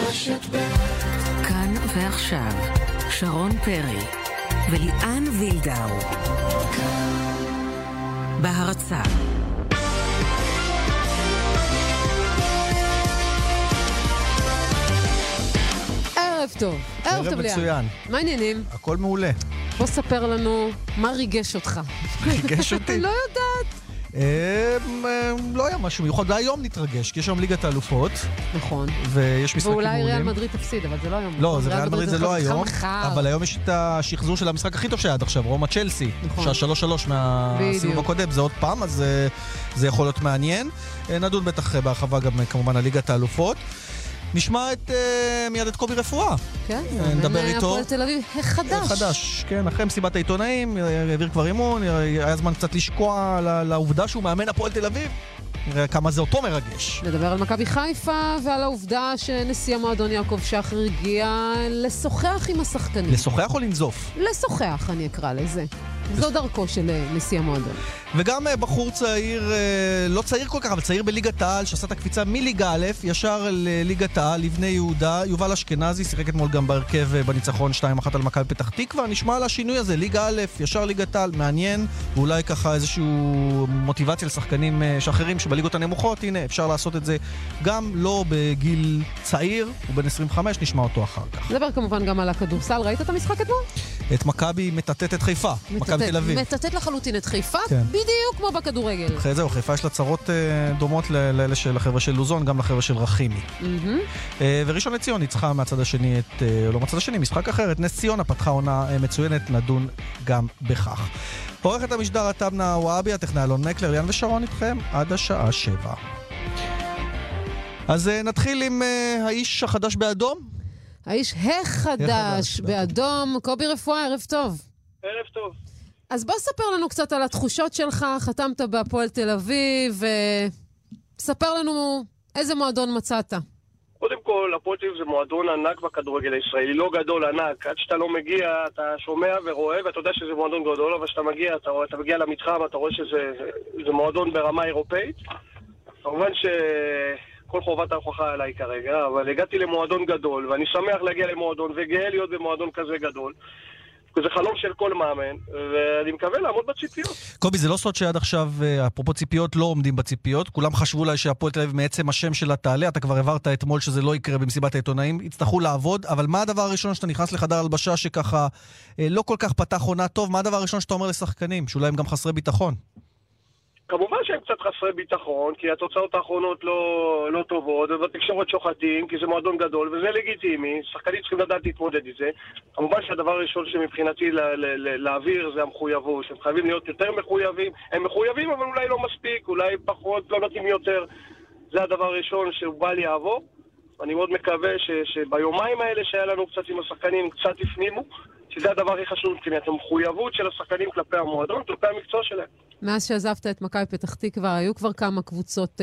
כאן ועכשיו שרון פרי וליאן וילדאו בהרצה. ערב טוב. ערב טוב מצוין. מה העניינים? הכל מעולה. בוא ספר לנו מה ריגש אותך. ריגש אותי? לא יודעת. לא היה משהו מיוחד, והיום נתרגש, כי יש היום ליגת האלופות. נכון. ויש משחקים מעולים. ואולי ריאל מדריד תפסיד, אבל זה לא היום. לא, זה ריאל מדריד זה לא היום, אבל היום יש את השחזור של המשחק הכי טוב שהיה עד עכשיו, רומא צ'לסי. נכון. שה3-3 מהסיבוב הקודם, זה עוד פעם, אז זה יכול להיות מעניין. נדון בטח בהרחבה גם כמובן על ליגת האלופות. נשמע מיד את קובי רפואה. כן, נדבר איתו. הפועל תל אביב החדש. חדש, כן, אחרי מסיבת העיתונאים, העביר כבר אימון, היה זמן קצת לשקוע לעובדה שהוא מאמן הפועל תל אביב. נראה כמה זה אותו מרגש. נדבר על מכבי חיפה ועל העובדה שנשיא המועדון יעקב שחר הגיע לשוחח עם השחקנים. לשוחח או לנזוף? לשוחח, אני אקרא לזה. זו דרכו של נשיא המועדון. וגם בחור צעיר, לא צעיר כל כך, אבל צעיר בליגת העל, שעשה את הקפיצה מליגה א', ישר לליגת העל, לבני יהודה, יובל אשכנזי, שיחק אתמול גם בהרכב בניצחון 2-1 על מכבי פתח תקווה. נשמע על השינוי הזה, ליגה א', ישר ליגת העל, מעניין, ואולי ככה איזושהי מוטיבציה לשחקנים שאחרים שבליגות הנמוכות, הנה, אפשר לעשות את זה גם לא בגיל צעיר, ובן 25, נשמע אותו אחר כך. נדבר כמובן גם על הכדורסל, ראית את המשחק אתמול? את מכבי מטטט את חיפה, מכבי תל אביב. מטטט לחלוטין את חיפה, כן. בדיוק כמו בכדורגל. אחרי זהו, חיפה יש לה צרות דומות לאלה של החבר'ה של לוזון, גם לחבר'ה של רחימי. וראשון לציון ניצחה מהצד השני, לא מהצד השני, משחק אחר, את נס ציונה פתחה עונה מצוינת, נדון גם בכך. עורכת המשדר תמנה וואבי, הטכנאי אלון מקלר, ליאן ושרון איתכם עד השעה 7. אז נתחיל עם האיש החדש באדום. האיש החדש באדום, קובי רפואה, ערב טוב. ערב טוב. אז בוא ספר לנו קצת על התחושות שלך, חתמת בהפועל תל אביב, וספר לנו איזה מועדון מצאת. קודם כל, הפועל תל אביב זה מועדון ענק בכדורגל הישראלי, לא גדול, ענק. עד שאתה לא מגיע, אתה שומע ורואה, ואתה יודע שזה מועדון גדול, אבל כשאתה מגיע, אתה מגיע למתחם, אתה רואה שזה מועדון ברמה אירופאית. כמובן כל חובת ההוכחה עליי כרגע, אבל הגעתי למועדון גדול, ואני שמח להגיע למועדון, וגאה להיות במועדון כזה גדול. זה חלום של כל מאמן, ואני מקווה לעמוד בציפיות. קובי, זה לא סוד שעד עכשיו, אפרופו ציפיות, לא עומדים בציפיות. כולם חשבו לה שהפועל תל אביב מעצם השם שלה תעלה, אתה כבר העברת אתמול שזה לא יקרה במסיבת העיתונאים, יצטרכו לעבוד, אבל מה הדבר הראשון שאתה נכנס לחדר הלבשה שככה לא כל כך פתח עונה טוב? מה הדבר הראשון שאתה אומר לשחקנים? שאולי הם גם חסרי ביטחון? כמובן שהם קצת חסרי ביטחון, כי התוצאות האחרונות לא טובות, ובתקשורת שוחטים, כי זה מועדון גדול, וזה לגיטימי, שחקנים צריכים לדעת להתמודד את זה. כמובן שהדבר הראשון שמבחינתי להעביר זה המחויבות, שהם חייבים להיות יותר מחויבים, הם מחויבים אבל אולי לא מספיק, אולי פחות, לא נתאים יותר. זה הדבר הראשון שהוא בא לי לעבור. אני מאוד מקווה שביומיים האלה שהיה לנו קצת עם השחקנים, קצת הפנימו, שזה הדבר הכי חשוב מבחינת המחויבות של השחקנים כלפי המועדון, כלפי המקצוע שלהם. מאז שעזבת את מכבי פתח תקווה, היו כבר כמה קבוצות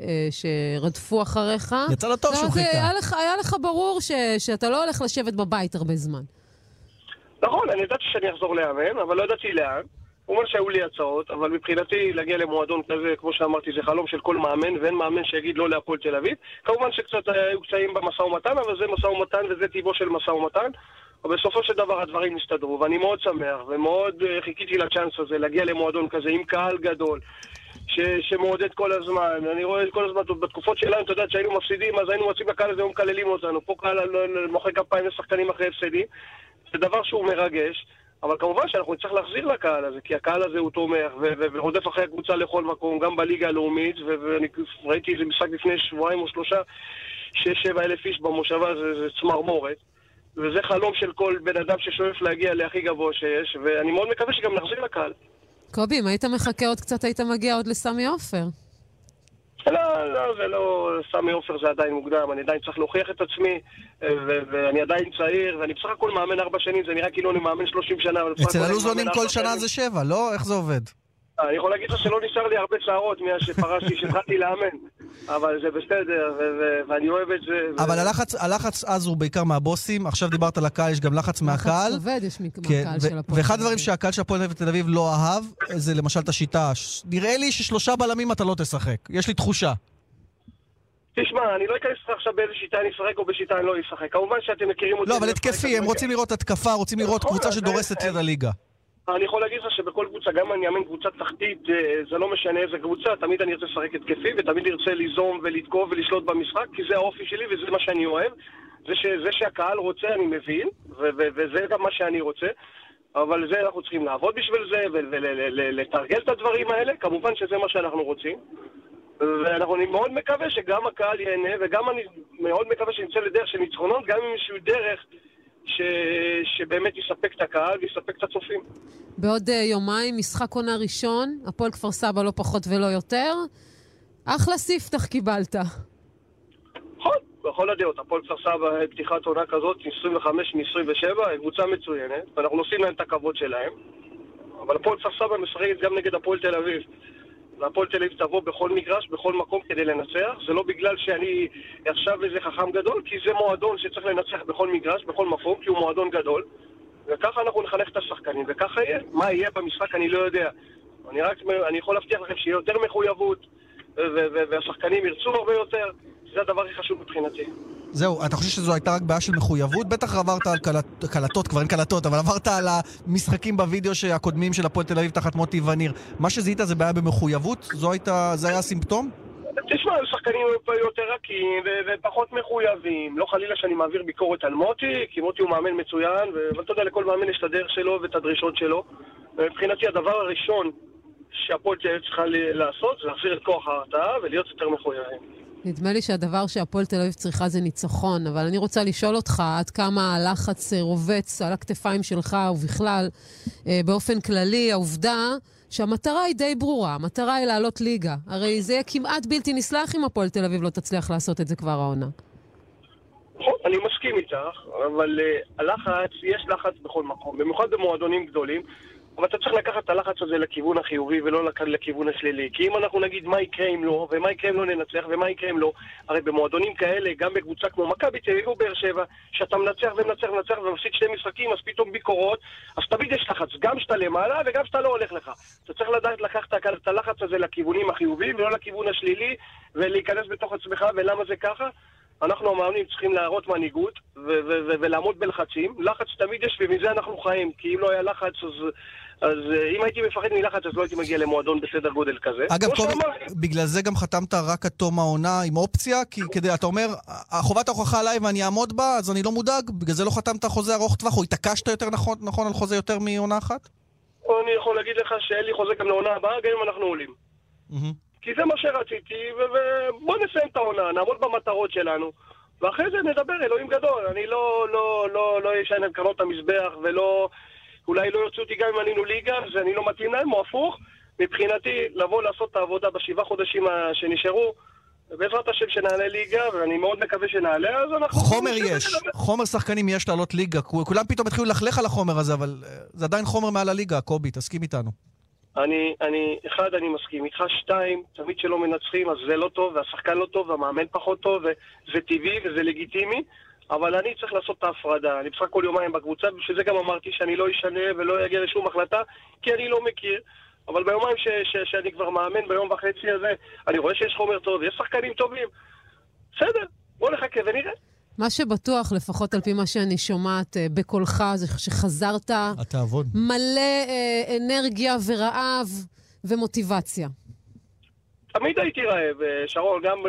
שרדפו אחריך. יצא לטוב שהוא חיכה. היה לך ברור שאתה לא הולך לשבת בבית הרבה זמן. נכון, אני ידעתי שאני אחזור לאמן, אבל לא ידעתי לאן. הוא אומר שהיו לי הצעות, אבל מבחינתי להגיע למועדון כזה, כמו שאמרתי, זה חלום של כל מאמן, ואין מאמן שיגיד לא להפועל תל אביב. כמובן שקצת היו קצאים במשא ומתן, אבל זה משא ומתן וזה טיבו של משא ומתן. ובסופו של דבר הדברים נסתדרו, ואני מאוד שמח, ומאוד חיכיתי לצ'אנס הזה, להגיע למועדון כזה, עם קהל גדול, שמעודד כל הזמן. אני רואה כל הזמן, בתקופות שלנו, אתה יודע, שהיינו מפסידים, אז היינו מוצאים לקהל הזה, ומקללים אותנו. פה קהל מוחא כפיים לשחקנים אחרי הפסדים. זה דבר שהוא מרגש, אבל כמובן שאנחנו נצטרך להחזיר לקהל הזה, כי הקהל הזה הוא תומך, ורודף אחרי הקבוצה לכל מקום, גם בליגה הלאומית, ואני ראיתי איזה משחק לפני שבועיים או שלושה, 6-7 אלף איש במושבה, זה צמרמורת. וזה חלום של כל בן אדם ששואף להגיע להכי גבוה שיש, ואני מאוד מקווה שגם נחזיר לקהל. קובי, אם היית מחכה עוד קצת, היית מגיע עוד לסמי עופר. לא, זה לא, סמי עופר זה עדיין מוקדם, אני עדיין צריך להוכיח את עצמי, ואני עדיין צעיר, ואני בסך הכל מאמן 4 שנים, זה נראה כאילו אני מאמן 30 שנה. אצל הלוזונים כל שנה זה 7, לא? איך זה עובד? אני יכול להגיד לך שלא נשאר לי הרבה שערות מאז שפרשתי, שהתחלתי לאמן, אבל זה בסדר, ואני אוהב את זה. אבל הלחץ אז הוא בעיקר מהבוסים, עכשיו דיברת על הקהל, יש גם לחץ מהקהל. לחץ עובד, יש מהקהל של הפועל. ואחד הדברים שהקהל של הפועל תל אביב לא אהב, זה למשל את השיטה. נראה לי ש3 בלמים אתה לא תשחק, יש לי תחושה. תשמע, אני לא אכנס עכשיו באיזה שיטה אני אשחק או בשיטה אני לא אשחק. כמובן שאתם מכירים אותי... לא, אבל התקפי, הם רוצים לראות התקפה, רוצים לראות קבוצה שדורסת את הליגה. אני יכול להגיד לך שבכל קבוצה, גם אני אאמן קבוצה תחתית, זה לא משנה איזה קבוצה, תמיד אני ארצה לשחק התקפי, ותמיד ארצה ליזום ולתקוף ולשלוט במשחק, כי זה האופי שלי וזה מה שאני אוהב. זה שהקהל רוצה אני מבין, וזה גם מה שאני רוצה, אבל זה אנחנו צריכים לעבוד בשביל זה, ולתרגל את הדברים האלה, כמובן שזה מה שאנחנו רוצים. ואני מאוד מקווה שגם הקהל ייהנה, וגם אני מאוד מקווה שנצא לדרך של ניצחונות, גם אם איזשהו דרך שבאמת יספק את הקהל ויספק את הצופים. בעוד יומיים, משחק עונה ראשון, הפועל כפר סבא לא פחות ולא יותר. אחלה ספתח קיבלת. נכון, בכל הדעות. הפועל כפר סבא, פתיחת עונה כזאת, 25 מ-27, קבוצה מצוינת, ואנחנו נושאים להם את הכבוד שלהם. אבל הפועל כפר סבא משחקת גם נגד הפועל תל אביב. והפועל תל אביב תבוא בכל מגרש, בכל מקום כדי לנצח. זה לא בגלל שאני עכשיו איזה חכם גדול, כי זה מועדון שצריך לנצח בכל מגרש, בכל מקום, כי הוא מועדון גדול. וככה אנחנו נחנך את השחקנים, וככה יהיה. מה יהיה במשחק אני לא יודע. אני יכול להבטיח לכם שיהיה יותר מחויבות, והשחקנים ירצו הרבה יותר. זה הדבר הכי חשוב מבחינתי. זהו, אתה חושב שזו הייתה רק בעיה של מחויבות? בטח עברת על קלטות, כבר אין קלטות, אבל עברת על המשחקים בווידאו הקודמים של הפועל תל אביב תחת מוטי וניר. מה שזיהית זה בעיה במחויבות? זה היה הסימפטום? תשמע, שחקנים יותר רכים ופחות מחויבים. לא חלילה שאני מעביר ביקורת על מוטי, כי מוטי הוא מאמן מצוין, ואתה יודע, לכל מאמן יש את הדרך שלו ואת הדרישות שלו. מבחינתי הדבר הראשון שהפועל תל אביב צריכה לעשות זה להחזיר את כוח ההרתעה ולהיות יותר מחויבים. נדמה לי שהדבר שהפועל תל אביב צריכה זה ניצחון, אבל אני רוצה לשאול אותך עד כמה הלחץ רובץ על הכתפיים שלך ובכלל באופן כללי, העובדה שהמטרה היא די ברורה, המטרה היא לעלות ליגה. הרי זה יהיה כמעט בלתי נסלח אם הפועל תל אביב לא תצליח לעשות את זה כבר העונה. אני מסכים איתך, אבל הלחץ, יש לחץ בכל מקום, במיוחד במועדונים גדולים, אבל אתה צריך לקחת את הלחץ הזה לכיוון החיובי ולא לכיוון השלילי. כי אם אנחנו נגיד מה יקרה אם לא, ומה יקרה אם לא ננצח, ומה יקרה אם לא, הרי במועדונים כאלה, גם בקבוצה כמו מכבי תל אביב ובאר שבע, שאתה מנצח ומנצח ומפסיד שני משחקים, אז פתאום ביקורות, אז תמיד יש לחץ, גם שאתה למעלה וגם שאתה לא הולך לך. אתה צריך לדעת לקחת את הלחץ הזה לכיוונים החיוביים ולא לכיוון השלילי, ולהיכנס בתוך עצמך, ולמה זה ככה? אנחנו המאמנים צריכים להראות מנהיגות ולעמוד בלחצים. לחץ תמיד יש ומזה אנחנו חיים, כי אם לא היה לחץ אז אם הייתי מפחד מלחץ אז לא הייתי מגיע למועדון בסדר גודל כזה. אגב, בגלל זה גם חתמת רק עד תום העונה עם אופציה, כי כדי, אתה אומר, חובת ההוכחה עליי ואני אעמוד בה, אז אני לא מודאג, בגלל זה לא חתמת חוזה ארוך טווח, או התעקשת יותר נכון על חוזה יותר מעונה אחת? אני יכול להגיד לך שאין לי חוזה גם לעונה הבאה, גם אם אנחנו עולים. כי זה מה שרציתי, ובוא נסיים את העונה, נעמוד במטרות שלנו, ואחרי זה נדבר, אלוהים גדול. אני לא ישן את קרנות המזבח, ולא, אולי לא ירצו אותי גם אם עלינו ליגה, אז אני לא מתאים להם, או הפוך. מבחינתי, לבוא לעשות את העבודה בשבעה חודשים שנשארו, ובעזרת השם שנעלה ליגה, ואני מאוד מקווה שנעלה, אז אנחנו... חומר יש, חומר שחקנים יש לעלות ליגה, כולם פתאום התחילו לחלך על החומר הזה, אבל זה עדיין חומר מעל הליגה, קובי, תסכים איתנו. אני מסכים איתך, 2, תמיד שלא מנצחים, אז זה לא טוב, והשחקן לא טוב, והמאמן פחות טוב, וזה טבעי וזה לגיטימי, אבל אני צריך לעשות את ההפרדה. אני משחק כל יומיים בקבוצה, בשביל זה גם אמרתי שאני לא אשנה ולא אגיע לשום החלטה, כי אני לא מכיר. אבל ביומיים שאני כבר מאמן ביום וחצי הזה, אני רואה שיש חומר טוב, יש שחקנים טובים. בסדר, בוא נחכה ונראה. מה שבטוח, לפחות על פי מה שאני שומעת בקולך, זה שחזרת מלא אנרגיה ורעב ומוטיבציה. תמיד הייתי רעב, שרון, גם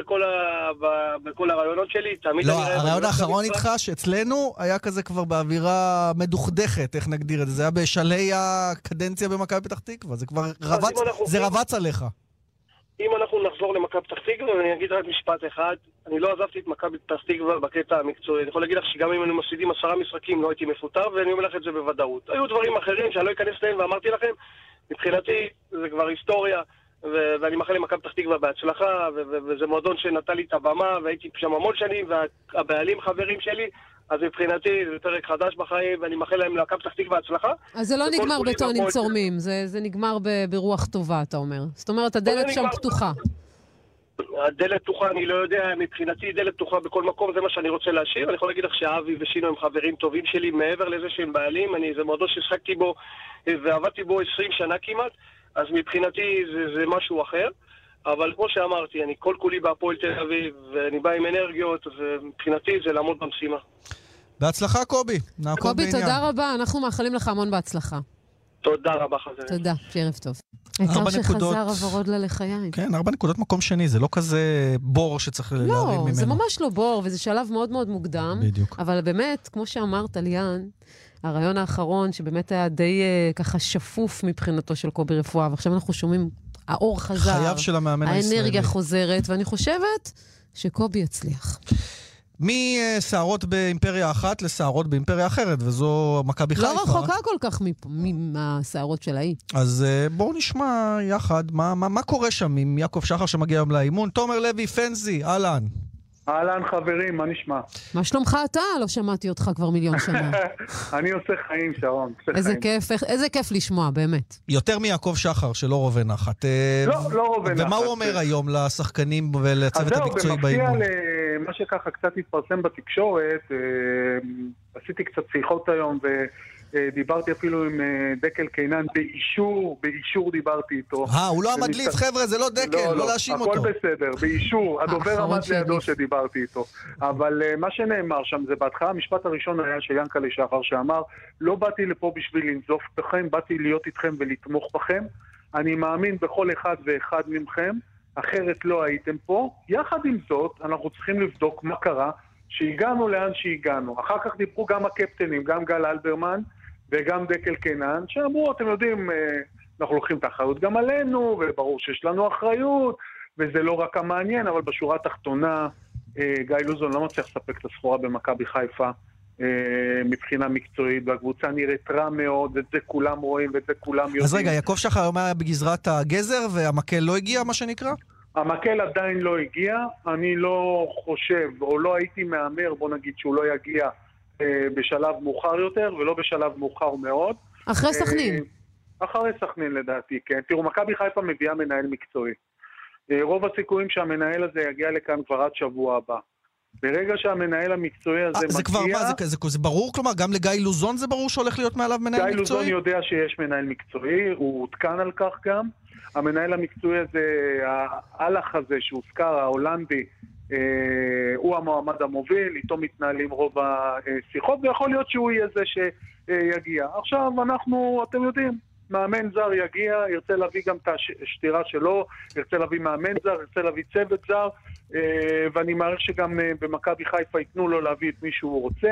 בכל הרעיונות שלי, תמיד לא, אני רעב. הרעיון האחרון איתך, שאצלנו היה כזה כבר באווירה מדוכדכת, איך נגדיר את זה? זה היה בשלהי הקדנציה במכבי פתח תקווה, זה כבר רבץ עליך. אם אנחנו נחזור למכבי פתח תקווה, ואני אגיד רק משפט אחד, אני לא עזבתי את מכבי פתח תקווה בקטע המקצועי. אני יכול להגיד לך שגם אם אני מפסידים 10 משחקים לא הייתי מפוטר, ואני אומר לך את זה בוודאות. היו דברים אחרים שאני לא אכנס להם, ואמרתי לכם, מבחינתי זה כבר היסטוריה, ואני מאחל למכבי פתח תקווה בהצלחה, וזה מועדון שנתן לי את הבמה, והייתי שם המון שנים, והבעלים חברים שלי, אז מבחינתי זה פרק חדש בחיים, ואני מאחל להם למכבי פתח תקווה הצלחה. אז זה לא נגמר בטונים צורמים, זה נגמר ברוח טובה, אתה אומר. זאת אומרת, הדלת שם פתוחה. הדלת פתוחה, אני לא יודע, מבחינתי דלת פתוחה בכל מקום, זה מה שאני רוצה להשאיר. אני יכול להגיד לך שאבי ושינו הם חברים טובים שלי, מעבר לזה שהם בעלים, זה מועדון ששחקתי בו ועבדתי בו 20 שנה כמעט, אז מבחינתי זה משהו אחר. אבל כמו שאמרתי, אני כל כולי בהפועל תל אביב, ואני בא עם אנרגיות, ומבחינתי זה לעמוד במשימה. בהצלחה, קובי. נעקוב בעניין. קובי, תודה רבה. אנחנו מאחלים לך המון בהצלחה. תודה רבה, חזרים. תודה, שערב טוב. העיקר שחזר הוורוד לחיים. כן, 4 נקודות מקום שני, זה לא כזה בור שצריך להרים ממנו. לא, זה ממש לא בור, וזה שלב מאוד מאוד מוקדם. בדיוק. אבל באמת, כמו שאמרת, ליאן, הרעיון האחרון, שבאמת היה די ככה שפוף מבחינתו של קובי רפואה, ועכשיו אנחנו שומעים, האור חזר, חייו של המאמן הישראלי. האנרגיה חוזרת, ואני חושבת שקובי יצליח. מסערות באימפריה אחת לסערות באימפריה אחרת, וזו מכבי חיפה. לא רחוקה כל כך מהסערות של האי. אז בואו נשמע יחד מה קורה שם עם יעקב שחר שמגיע היום לאימון. תומר לוי, פנזי, אהלן. אהלן חברים, מה נשמע? מה שלומך אתה? לא שמעתי אותך כבר מיליון שנה. אני עושה חיים, שרון. איזה כיף לשמוע, באמת. יותר מיעקב שחר, שלא רובה נחת. לא רובה נחת. ומה הוא אומר היום לשחקנים ולצוות המקצועי באימון? אז זהו, במפתיע למה שככה קצת התפרסם בתקשורת, עשיתי קצת שיחות היום דיברתי אפילו עם דקל קינן באישור דיברתי איתו. הוא לא המדליף, חבר'ה, זה לא דקל, לא להאשים אותו. הכל בסדר, באישור, הדובר עמד לידו שדיברתי איתו. אבל מה שנאמר שם זה בהתחלה, המשפט הראשון היה של ינקלה שחר שאמר, לא באתי לפה בשביל לנזוף בכם, באתי להיות איתכם ולתמוך בכם. אני מאמין בכל אחד ואחד מכם, אחרת לא הייתם פה. יחד עם זאת, אנחנו צריכים לבדוק מה קרה, שהגענו לאן שהגענו. אחר כך דיברו גם הקפטנים, גם גל אלברמן וגם דקל קינן, שאמרו, אתם יודעים, אנחנו לוקחים את האחריות גם עלינו, וברור שיש לנו אחריות, וזה לא רק המעניין, אבל בשורה התחתונה, גיא לוזון לא מצליח לספק את הסחורה במכבי חיפה, מבחינה מקצועית, והקבוצה נראית רע מאוד, ואת זה כולם רואים, ואת זה כולם יודעים. אז רגע, יעקב שחר היום היה בגזרת הגזר, והמקל לא הגיע, מה שנקרא? המקל עדיין לא הגיע, אני לא חושב, או לא הייתי מאמר, בוא נגיד שהוא לא יגיע בשלב מאוחר יותר, ולא בשלב מאוחר מאוד. אחרי סכנין. אחרי סכנין לדעתי, כן. תראו, מכבי חיפה מביאה מנהל מקצועי. רוב הסיכויים שהמנהל הזה יגיע לכאן כבר עד שבוע הבא. ברגע שהמנהל המקצועי הזה מגיע... זה כבר מה? זה ברור? כלומר, גם לגיא לוזון זה ברור שהולך להיות מעליו מנהל מקצועי? גיא לוזון יודע שיש מנהל מקצועי, הוא עודכן על כך גם. המנהל המקצועי הזה, האלח הזה שהוזכר, ההולנדי, הוא המועמד המוביל, איתו מתנהלים רוב השיחות, ויכול להיות שהוא יהיה זה שיגיע. עכשיו אנחנו, אתם יודעים, מאמן זר יגיע, ירצה להביא גם את השתירה שלו, ירצה להביא מאמן זר, ירצה להביא צוות זר, ואני מעריך שגם במכבי חיפה ייתנו לו להביא את מי שהוא רוצה,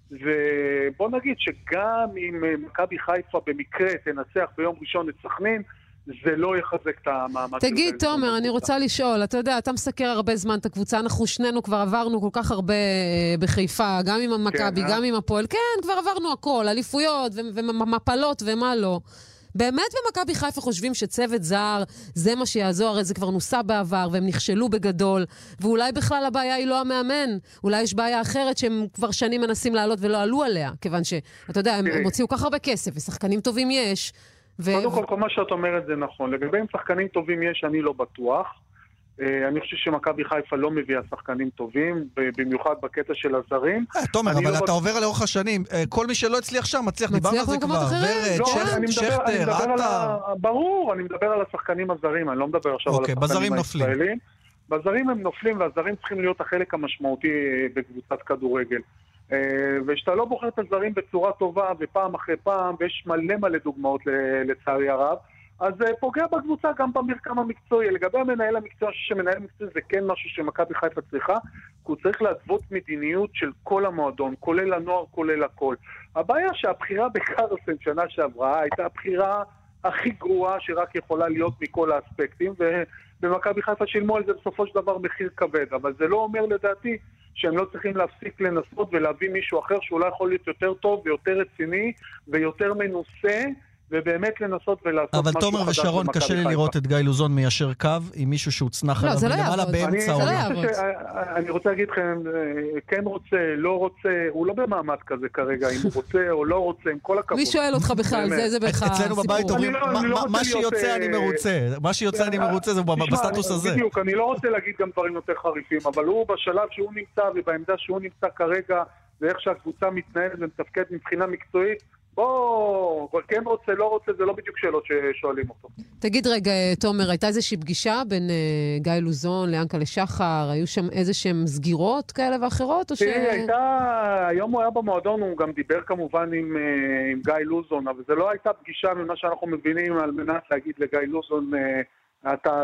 ובוא נגיד שגם אם מכבי חיפה במקרה תנצח ביום ראשון את סכנין, זה לא יחזק את המעמד. תגיד, תומר, אני רוצה לשאול, אתה יודע, אתה מסקר הרבה זמן את הקבוצה, אנחנו שנינו כבר עברנו כל כך הרבה בחיפה, גם עם המכבי, גם עם הפועל, כן, כבר עברנו הכל, אליפויות ומפלות ומה לא. באמת במכבי חיפה חושבים שצוות זר זה מה שיעזור, הרי זה כבר נוסע בעבר והם נכשלו בגדול, ואולי בכלל הבעיה היא לא המאמן, אולי יש בעיה אחרת שהם כבר שנים מנסים לעלות ולא עלו עליה, כיוון שאתה יודע, הם הוציאו כך הרבה כסף ושחקנים טובים יש. קודם כל, כל מה שאת אומרת זה נכון. לגבי אם שחקנים טובים יש, אני לא בטוח. אני חושב שמכבי חיפה לא מביאה שחקנים טובים, במיוחד בקטע של הזרים. תומר, אבל אתה עובר לאורך השנים. כל מי שלא הצליח שם, מצליח. דיברנו על זה כבר. ורד, שכטר, עטר. ברור, אני מדבר על השחקנים הזרים. אני לא מדבר עכשיו על השחקנים הישראלים. בזרים הם נופלים, והזרים צריכים להיות החלק המשמעותי בקבוצת כדורגל. ושאתה לא בוחר את הזרים בצורה טובה ופעם אחרי פעם, ויש מלא דוגמאות לצערי הרב, אז פוגע בקבוצה גם במרקם המקצועי. לגבי המנהל המקצועי, שמנהל המקצועי זה כן משהו שמכבי חיפה צריכה, כי הוא צריך להתוות מדיניות של כל המועדון, כולל הנוער, כולל הכל. הבעיה שהבחירה בקרלסן שנה שעברה הייתה הבחירה הכי גרועה שרק יכולה להיות מכל האספקטים, ובמכבי חיפה שילמו על זה בסופו של דבר מחיר כבד, אבל זה לא אומר לדעתי שהם לא צריכים להפסיק לנסות ולהביא מישהו אחר שאולי יכול להיות יותר טוב ויותר רציני ויותר מנוסה, ובאמת לנסות ולעשות משהו חדש. אבל תומר ושרון, קשה לי לראות את גיא לוזון מיישר קו עם מישהו שהוצנח עליו למעלה באמצע העונה. אני רוצה להגיד לכם, כן רוצה, לא רוצה, הוא לא במעמד כזה כרגע, אם הוא רוצה או לא רוצה, עם כל הכבוד. מי שואל אותך בכלל? זה בכלל אצלנו בבית אומרים, מה שיוצא אני מרוצה. מה שיוצא אני מרוצה זה בסטטוס הזה. בדיוק, אני לא רוצה להגיד גם דברים יותר חריפים, אבל הוא בשלב שהוא נמצא ובעמדה שהוא נמצא כרגע, ואיך שהקבוצה מתנהלת ומתפקדת מבחינה מקצועית, בוא, כן רוצה, לא רוצה, זה לא בדיוק שאלות ששואלים אותו. תגיד רגע, תומר, הייתה איזושהי פגישה בין גיא לוזון ליענקל'ה שחר? היו שם איזשהם סגירות כאלה ואחרות? היום הוא היה במועדון, הוא גם דיבר כמובן עם גיא לוזון, אבל זה לא הייתה פגישה ממה שאנחנו מבינים על מנת להגיד לגיא לוזון, אתה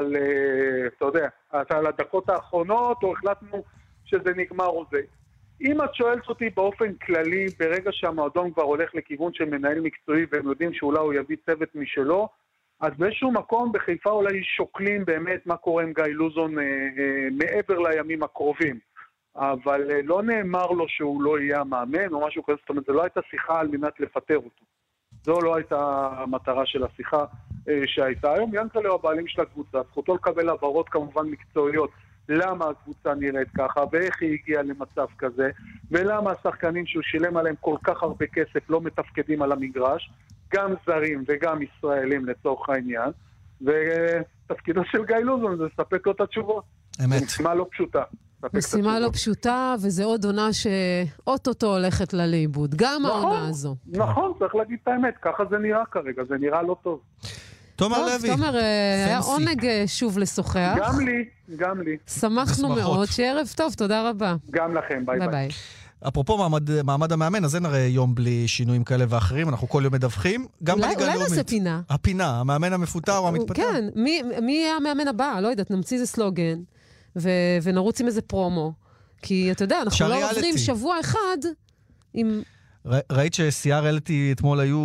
על הדקות האחרונות, או החלטנו שזה נגמר או זה. אם את שואלת אותי באופן כללי, ברגע שהמועדון כבר הולך לכיוון של מנהל מקצועי, והם יודעים שאולי הוא יביא צוות משלו, אז באיזשהו מקום בחיפה אולי שוקלים באמת מה קורה עם גיא לוזון מעבר לימים הקרובים. אבל לא נאמר לו שהוא לא יהיה המאמן או משהו כזה, זאת אומרת, זה לא הייתה שיחה על מנת לפטר אותו. זו לא הייתה המטרה של השיחה שהייתה. היום יענקל'ה הוא הבעלים של הקבוצה, זכותו לקבל הבהרות כמובן מקצועיות, למה הקבוצה נראית ככה, ואיך היא הגיעה למצב כזה, ולמה השחקנים שהוא שילם עליהם כל כך הרבה כסף לא מתפקדים על המגרש, גם זרים וגם ישראלים לצורך העניין, ותפקידו של גיא לוזון זה לספק לו את התשובות. אמת. משימה לא פשוטה. משימה לא פשוטה, וזה עוד עונה שאוטוטו הולכת לה לאיבוד. גם העונה הזו. נכון, צריך להגיד את האמת, ככה זה נראה כרגע, זה נראה לא טוב. תומר לוי. תומר, היה עונג שוב לשוחח. גם לי. שמחנו מאוד, שערב טוב, תודה רבה. גם לכם, ביי ביי. אפרופו מעמד המאמן, אז אין הרי יום בלי שינויים כאלה ואחרים, אנחנו כל יום מדווחים. אולי נעשה פינה. הפינה, המאמן המפוטר או המתפטר. כן, מי יהיה המאמן הבא? לא יודעת, נמציא איזה סלוגן, ונרוץ עם איזה פרומו. כי אתה יודע, אנחנו לא עוברים שבוע אחד עם... ראית שסייר ריאליטי אתמול היו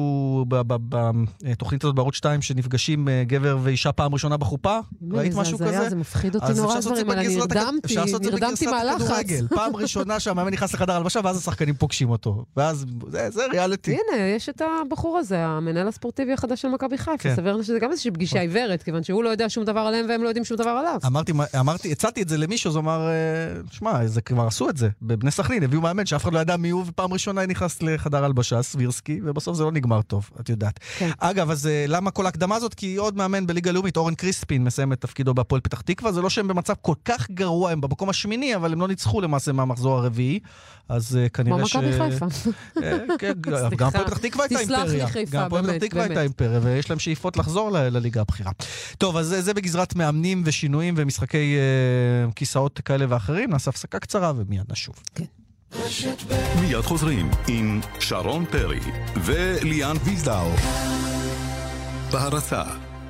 בתוכנית הזאת בערוץ 2 שנפגשים גבר ואישה פעם ראשונה בחופה? ראית משהו כזה? זה מפחיד אותי נורא דברים, אבל נרדמתי מהלחץ. פעם ראשונה שהמאמן נכנס לחדר הלבשה ואז השחקנים פוגשים אותו. ואז זה ריאליטי. הנה, יש את הבחור הזה, המנהל הספורטיבי החדש של מכבי חיפה. סברנו שזה גם איזושהי פגישה עיוורת, כיוון שהוא לא יודע שום דבר עליהם והם לא יודעים שום דבר עליו. הצעתי את זה למישהו, אז הוא אמר, שמע, זה כבר עשו את זה. בבני סכנין הביאו מאמן שאף אחד לא ידע מי הוא, ופעם ראשונה נכנס לחדר הלבשה, סבירסקי, ובסוף זה לא נגמר טוב, את יודעת. כן. אגב, אז למה כל ההקדמה הזאת? כי עוד מאמן בליגה לאומית, אורן קריספין, מסיים את תפקידו בהפועל פתח תקווה, זה לא שהם במצב כל כך גרוע, הם במקום השמיני, אבל הם לא ניצחו למעשה מהמחזור הרביעי, אז כנראה ש... כמו מכבי חיפה. כן, גם הפועל פתח תקווה הייתה אימפריה. גם הפועל פתח תקווה הייתה אימפריה, ויש להם שאיפות לחזור לליגה הבכירה. טוב, אז זה בגזרת מאמנים ושינויים ומשחקי כיסאות כאלה ואחרים. נעשה הפסקה קצרה ומיד נשוב. כן. מיד חוזרים עם שרון פרי וליאן ויזדאו בהרצה.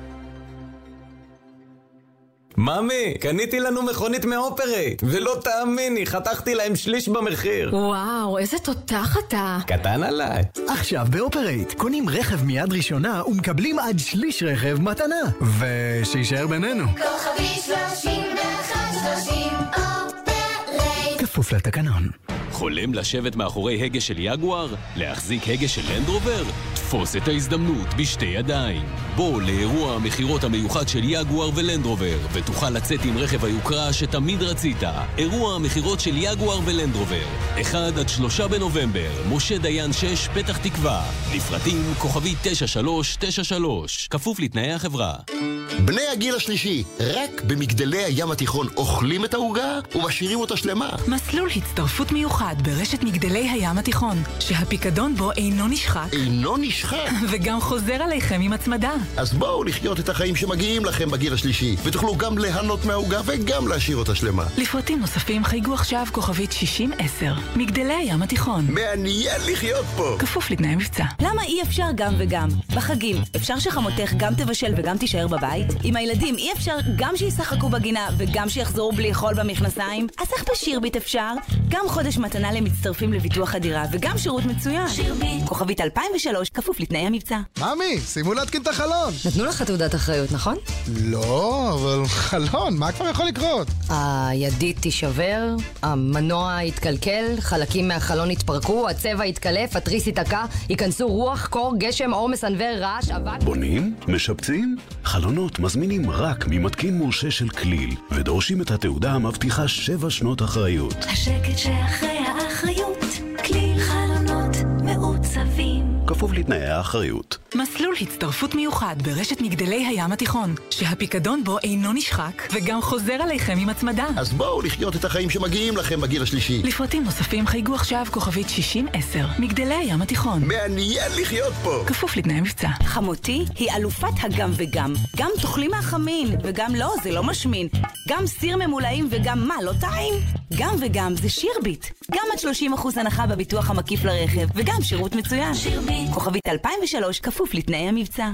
ממי, קניתי לנו מכונית מאופרייט, ולא תאמיני, חתכתי להם שליש במחיר. וואו, איזה תותח אתה. קטן עליי. עכשיו באופרייט, קונים רכב מיד ראשונה ומקבלים עד שליש רכב מתנה. ושישאר בינינו. כוכבי 3130 אופרייט. כפוף לתקנון. חולם לשבת מאחורי הגה של יגואר? להחזיק הגה של לנדרובר? תפוס את ההזדמנות בשתי ידיים. בוא לאירוע המחירות המיוחד של יגואר ולנדרובר, ותוכל לצאת עם רכב היוקרה שתמיד רצית. אירוע המחירות של יגואר ולנדרובר, 1 עד 3 בנובמבר, משה דיין 6, פתח תקווה. לפרטים כוכבי 9393, כפוף לתנאי החברה. בני הגיל השלישי, רק במגדלי הים התיכון אוכלים את העוגה ומשאירים אותה שלמה. מסלול הצטרפות מיוחד ברשת מגדלי הים התיכון, שהפיקדון בו אינו נשחק. אינו נשחק? וגם חוזר עליכם עם הצמדה. אז בואו לחיות את החיים שמגיעים לכם בגיל השלישי, ותוכלו גם ליהנות מהעוגה וגם להשאיר אותה שלמה. לפרטים נוספים חייגו עכשיו כוכבית 6010. מגדלי הים התיכון. מעניין לחיות פה. כפוף לתנאי מבצע. למה אי אפשר גם וגם? בחגים, אפשר שחמותך גם תבשל וגם תישאר בבית? עם הילדים אי אפשר גם שישחקו בגינה וגם שיחזרו בלי חול במכנסיים? אז איך בשירביט אפשר? גם חודש מתנה למצטרפים לביטוח הדירה וגם שירות מצוין. שירביט. כוכבית 2003, כפוף לתנאי המבצע. ממי, שימו להתקין את החלון. נתנו לך תעודת אחריות, נכון? לא, אבל חלון, מה כבר יכול לקרות? הידית תישבר, המנוע יתקלקל, חלקים מהחלון יתפרקו, הצבע יתקלף, התריס יתקע, ייכנסו רוח, קור, גשם, אור מסנבר, רעש, אבק. בונים? משפצים? חלונות מזמינים רק ממתקין מורשה של כליל, ודורשים את התעודה המבטיחה 7 שנות אחריות. השקט שאחרי האחריות, כליל חלונות מעוצבים. כפוף בכפוף לתנאי האחריות. מסלול הצטרפות מיוחד ברשת מגדלי הים התיכון, שהפיקדון בו אינו נשחק וגם חוזר עליכם עם הצמדה. אז בואו לחיות את החיים שמגיעים לכם בגיל השלישי. לפרטים נוספים חייגו עכשיו כוכבית 6010. מגדלי הים התיכון. מעניין לחיות פה. כפוף לתנאי מבצע. חמותי היא אלופת הגם וגם. גם תאכלי מהחמין, וגם לא, זה לא משמין. גם סיר ממולאים וגם מה, לא טעים? גם וגם זה שירביט. גם עד 30% הנחה בביטוח המקיף לרכב, וגם שירות מצוין. שירביט. כוכבית 2003, כפוף לתנאי המבצע.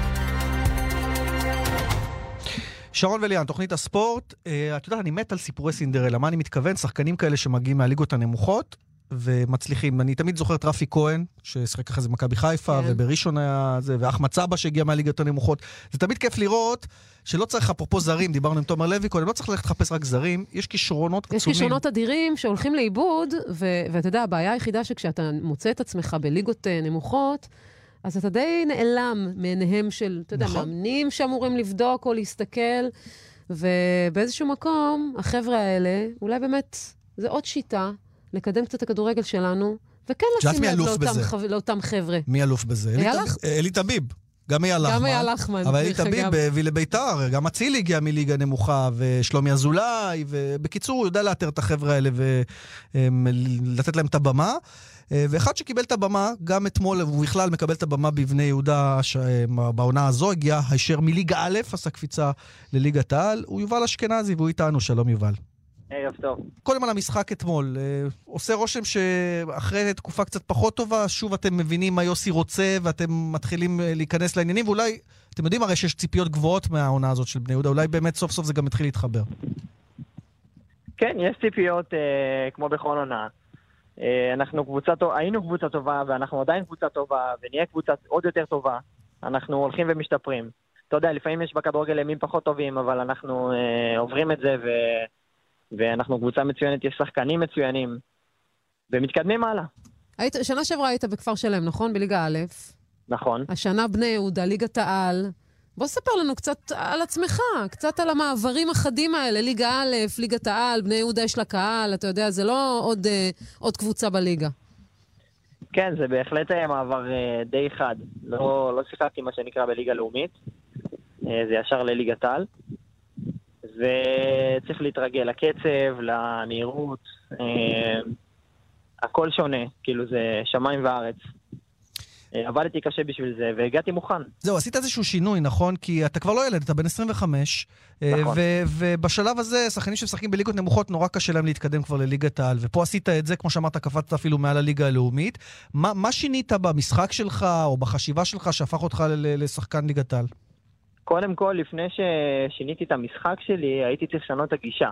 שרון וליאן, תוכנית הספורט. את יודעת, אני מת על סיפורי סינדרלה. מה אני מתכוון? שחקנים כאלה שמגיעים מהליגות הנמוכות ומצליחים. אני תמיד זוכר את רפי כהן, ששחק אחרי זה במכבי חיפה, ובראשון היה זה, ואחמד סבא שהגיע מהליגות הנמוכות. זה תמיד כיף לראות שלא צריך אפרופו זרים, דיברנו עם תומר לוי קודם, לא צריך ללכת לחפש רק זרים, יש כישרונות עצומים. יש כישרונות אדירים שהולכים לאיבוד, ואתה יודע, הבעיה היחידה שכשאתה מוצא את עצמך בליגות נמוכות, אז אתה די נעלם מעיניהם של, אתה יודע, מאמנים שאמורים לבדוק או להסתכל, ובאיזשהו מקום, החבר'ה האלה, אולי באמת, זה עוד שיטה לקדם קצת הכדורגל שלנו, וכן לשים לב לאותם חבר'ה. מי אלוף בזה? אלי טביב. גם היה לחמן. אבל אלי טביב הביא לביתר, גם אצילי הגיע מליגה נמוכה, ושלומי אזולאי, ובקיצור הוא יודע לאתר את החבר'ה האלה ולתת להם את הבמה. ואחד שקיבל את הבמה, גם אתמול, הוא בכלל מקבל את הבמה בבני יהודה בעונה הזו, הגיע הישר מליגה א', עשה קפיצה לליגת העל, הוא יובל אשכנזי, והוא איתנו, שלום יובל. ערב טוב. קודם על המשחק אתמול, עושה רושם שאחרי תקופה קצת פחות טובה, שוב אתם מבינים מה יוסי רוצה, ואתם מתחילים להיכנס לעניינים, ואולי, אתם יודעים הרי שיש ציפיות גבוהות מהעונה הזאת של בני יהודה, אולי באמת סוף סוף זה גם מתחיל להתחבר. כן, יש ציפיות כמו בכל עונה. היינו קבוצה טובה, ואנחנו עדיין קבוצה טובה, ונהיה קבוצה עוד יותר טובה. אנחנו הולכים ומשתפרים. אתה יודע, לפעמים יש בכדורגל ימים פחות טובים, אבל אנחנו עוברים את זה, ואנחנו קבוצה מצוינת, יש שחקנים מצוינים, ומתקדמים הלאה. שנה שעברה היית בכפר שלם, נכון? בליגה א'. נכון. השנה בני יהודה, ליגת העל. בוא ספר לנו קצת על עצמך, קצת על המעברים החדים האלה, ליגה א', ליגת העל, בני יהודה יש לה קהל, אתה יודע, זה לא עוד קבוצה בליגה. כן, זה בהחלט היה מעבר די חד. לא שיחקתי מה שנקרא בליגה לאומית, זה ישר לליגת העל. וצריך להתרגל לקצב, לנהירות, הכל שונה, כאילו זה שמיים וארץ. עבדתי קשה בשביל זה, והגעתי מוכן. זהו, עשית איזשהו שינוי, נכון? כי אתה כבר לא ילד, אתה בן 25, נכון. ובשלב הזה, שחקנים שמשחקים בליגות נמוכות, נורא קשה להם להתקדם כבר לליגת העל, ופה עשית את זה, כמו שאמרת, קפצת אפילו מעל הליגה הלאומית. מה שינית במשחק שלך, או בחשיבה שלך, שהפך אותך לשחקן ליגת העל? קודם כל, לפני ששיניתי את המשחק שלי, הייתי צריך לשנות את הגישה.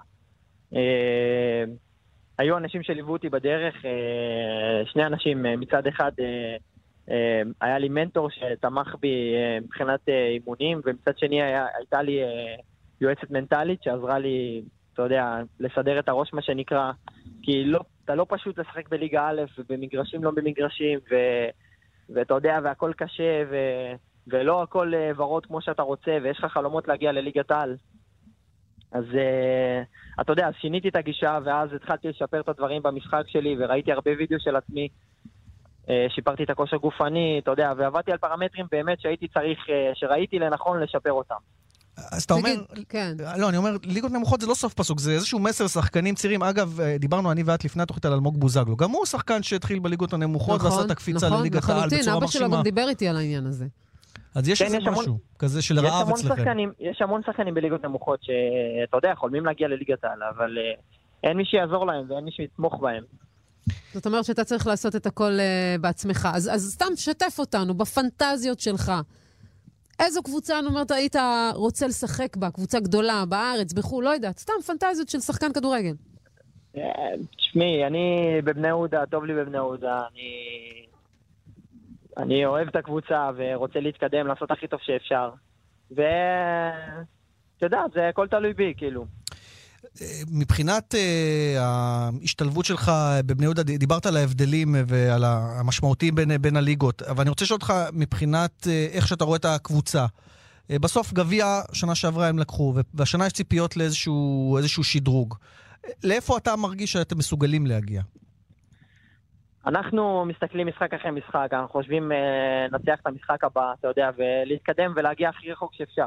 היו אנשים שליוו אותי בדרך, שני אנשים, מצד אחד היה לי מנטור שתמך בי מבחינת אימונים, ומצד שני הייתה לי יועצת מנטלית שעזרה לי, אתה יודע, לסדר את הראש מה שנקרא, כי אתה לא פשוט לשחק בליגה א' ובמגרשים לא במגרשים, ואתה יודע, והכל קשה, ולא הכל ורוד כמו שאתה רוצה, ויש לך חלומות להגיע לליגת העל. אז אתה יודע, אז שיניתי את הגישה, ואז התחלתי לשפר את הדברים במשחק שלי, וראיתי הרבה וידאו של עצמי, שיפרתי את הכושר גופני, אתה יודע, ועבדתי על פרמטרים באמת שהייתי צריך, שראיתי לנכון לשפר אותם. אז אתה אומר, כן. לא, אני אומר, ליגות נמוכות זה לא סוף פסוק, זה איזשהו מסר שחקנים צעירים. אגב, דיברנו אני ואת לפני התוכנית על אלמוג בוזגלו. גם הוא שחקן שהתחיל בליגות הנמוכות, ועשה את הקפיצה לליגת העל בצורה אבא מרשימה. שלו גם דיבר איתי על העניין הזה. אז יש איזה משהו כזה של רעב אצלכם. יש המון שחקנים בליגות נמוכות שאתה יודע, חולמים להגיע לליגת העל, אבל אין מי שיעזור להם ואין מי שיתמוך בהם. זאת אומרת שאתה צריך לעשות את הכל בעצמך. אז סתם שתף אותנו בפנטזיות שלך. איזו קבוצה, אני אומרת, היית רוצה לשחק בה? קבוצה גדולה, בארץ, בחו"ל, לא יודעת. סתם פנטזיות של שחקן כדורגל. תשמעי, אני בבני יהודה, טוב לי בבני יהודה. אני אוהב את הקבוצה ורוצה להתקדם, לעשות הכי טוב שאפשר. ואתה יודע, זה הכל תלוי בי, כאילו. מבחינת ההשתלבות שלך בבני יהודה, דיברת על ההבדלים ועל המשמעותיים בין הליגות, אבל אני רוצה לשאול אותך מבחינת איך שאתה רואה את הקבוצה. בסוף גביע שנה שעברה הם לקחו, והשנה יש ציפיות לאיזשהו שדרוג. לאיפה אתה מרגיש שאתם מסוגלים להגיע? אנחנו מסתכלים משחק אחרי משחק, אנחנו חושבים נצח את המשחק הבא, אתה יודע, ולהתקדם ולהגיע הכי רחוק שאפשר.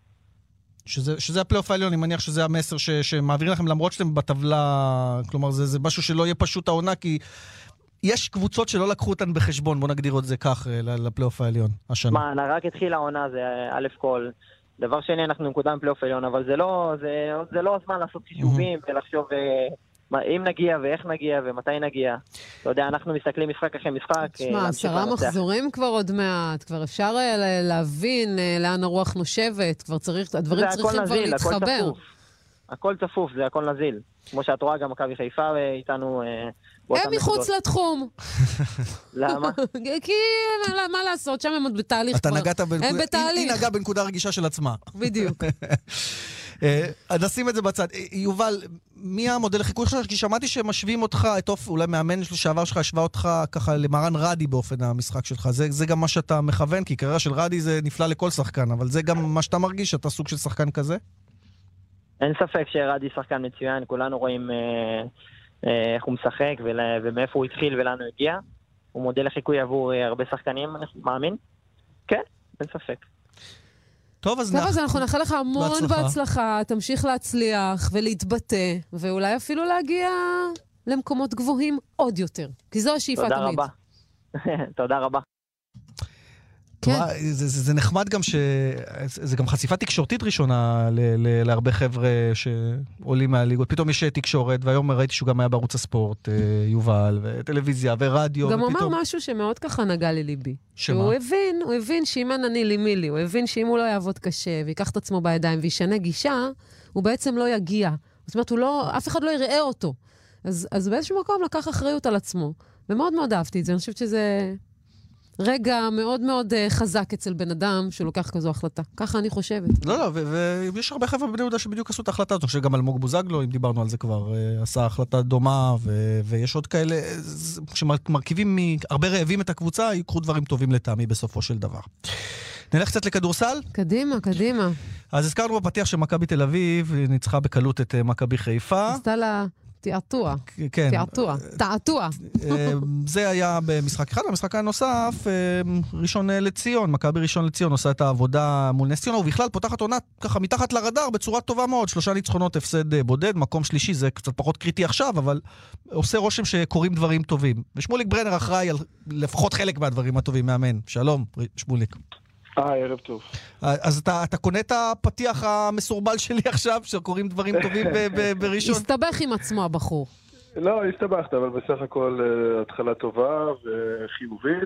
שזה הפלייאוף העליון, אני מניח שזה המסר שמעבירים לכם, למרות שאתם בטבלה, כלומר זה משהו שלא יהיה פשוט העונה, כי יש קבוצות שלא לקחו אותן בחשבון, בוא נגדיר את זה כך, לפלייאוף העליון השנה. מה, רק התחילה העונה, זה א' כל. דבר שני, אנחנו נקודם פלייאוף העליון, אבל זה לא הזמן לעשות חישובים ולחשוב אם נגיע ואיך נגיע ומתי נגיע. אתה יודע, אנחנו מסתכלים משחק אחרי משחק. תשמע, 10 מחזורים כבר עוד מעט, כבר אפשר להבין לאן הרוח נושבת, כבר צריך, הדברים צריכים כבר להתחבר. הכל צפוף, זה הכל נזיל. כמו שאת רואה, גם מכבי חיפה איתנו הם מחוץ לתחום. למה? כי, מה לעשות, שם הם עוד בתהליך כבר. הם בתהליך. היא נגעה בנקודה רגישה של עצמה. בדיוק. נשים את זה בצד. יובל, מי המודל לחיקוי שלך? כי שמעתי שמשווים אותך, אולי מאמן שעבר שלך, השווה אותך ככה למרן רדי באופן המשחק שלך. זה גם מה שאתה מכוון, כי קריירה של רדי זה נפלא לכל שחקן, אבל זה גם מה שאתה מרגיש, שאתה סוג של שחקן כזה? אין ספק שרדי שחקן מצוין, כולנו רואים איך הוא משחק ומאיפה הוא התחיל ולאן הוא הגיע. הוא מודל לחיקוי עבור הרבה שחקנים, אני מאמין. כן, אין ספק. טוב, אז אנחנו נאחל לך המון בהצלחה, תמשיך להצליח ולהתבטא, ואולי אפילו להגיע למקומות גבוהים עוד יותר, כי זו השאיפה תמיד. תודה רבה. תודה רבה. כן. זה נחמד גם זה גם חשיפה תקשורתית ראשונה להרבה חבר'ה שעולים מהליגות. פתאום יש תקשורת, והיום ראיתי שהוא גם היה בערוץ הספורט, יובל, וטלוויזיה ורדיו. גם אמר משהו שמאוד ככה נגע לליבי. שמה? הוא הבין שאם אני לימילי, הוא הבין שאם הוא לא יעבוד קשה, ויקח את עצמו בידיים וישנה גישה, הוא בעצם לא יגיע. זאת אומרת, אף אחד לא יראה אותו. אז באיזשהו מקום לקח אחריות על עצמו. ומאוד מאוד אהבתי את זה. אני חושבת שזה רגע מאוד מאוד חזק אצל בן אדם שלוקח כזו החלטה. ככה אני חושבת. לא, ויש הרבה חבר'ה בני יהודה שבדיוק עשו את ההחלטה הזאת. אני חושב גם אלמוג בוזגלו, אם דיברנו על זה כבר, עשה החלטה דומה, ויש עוד כאלה שמרכיבים הרבה רעבים את הקבוצה, יקחו דברים טובים לטעמי בסופו של דבר. נלך קצת לכדורסל? קדימה. אז הזכרנו בפתיח שמכבי תל אביב ניצחה בקלות את מכבי חיפה. עשתה לה תעתוע. כן. תעתוע. זה היה במשחק אחד. במשחק הנוסף, ראשון לציון, מכבי ראשון לציון עושה את העבודה מול נס ציונה, ובכלל פותחת עונה ככה מתחת לרדאר בצורה טובה מאוד. 3 ניצחונות, הפסד בודד, מקום שלישי, זה קצת פחות קריטי עכשיו, אבל עושה רושם שקורים דברים טובים. ושמוליק ברנר אחראי על לפחות חלק מהדברים הטובים, מאמן. שלום, שמוליק. ערב טוב. אז אתה קונה את הפתיח המסורבל שלי עכשיו, שקוראים דברים טובים בראשון? הסתבך עם עצמו הבחור. לא, הסתבכת, אבל בסך הכל התחלה טובה וחיובית,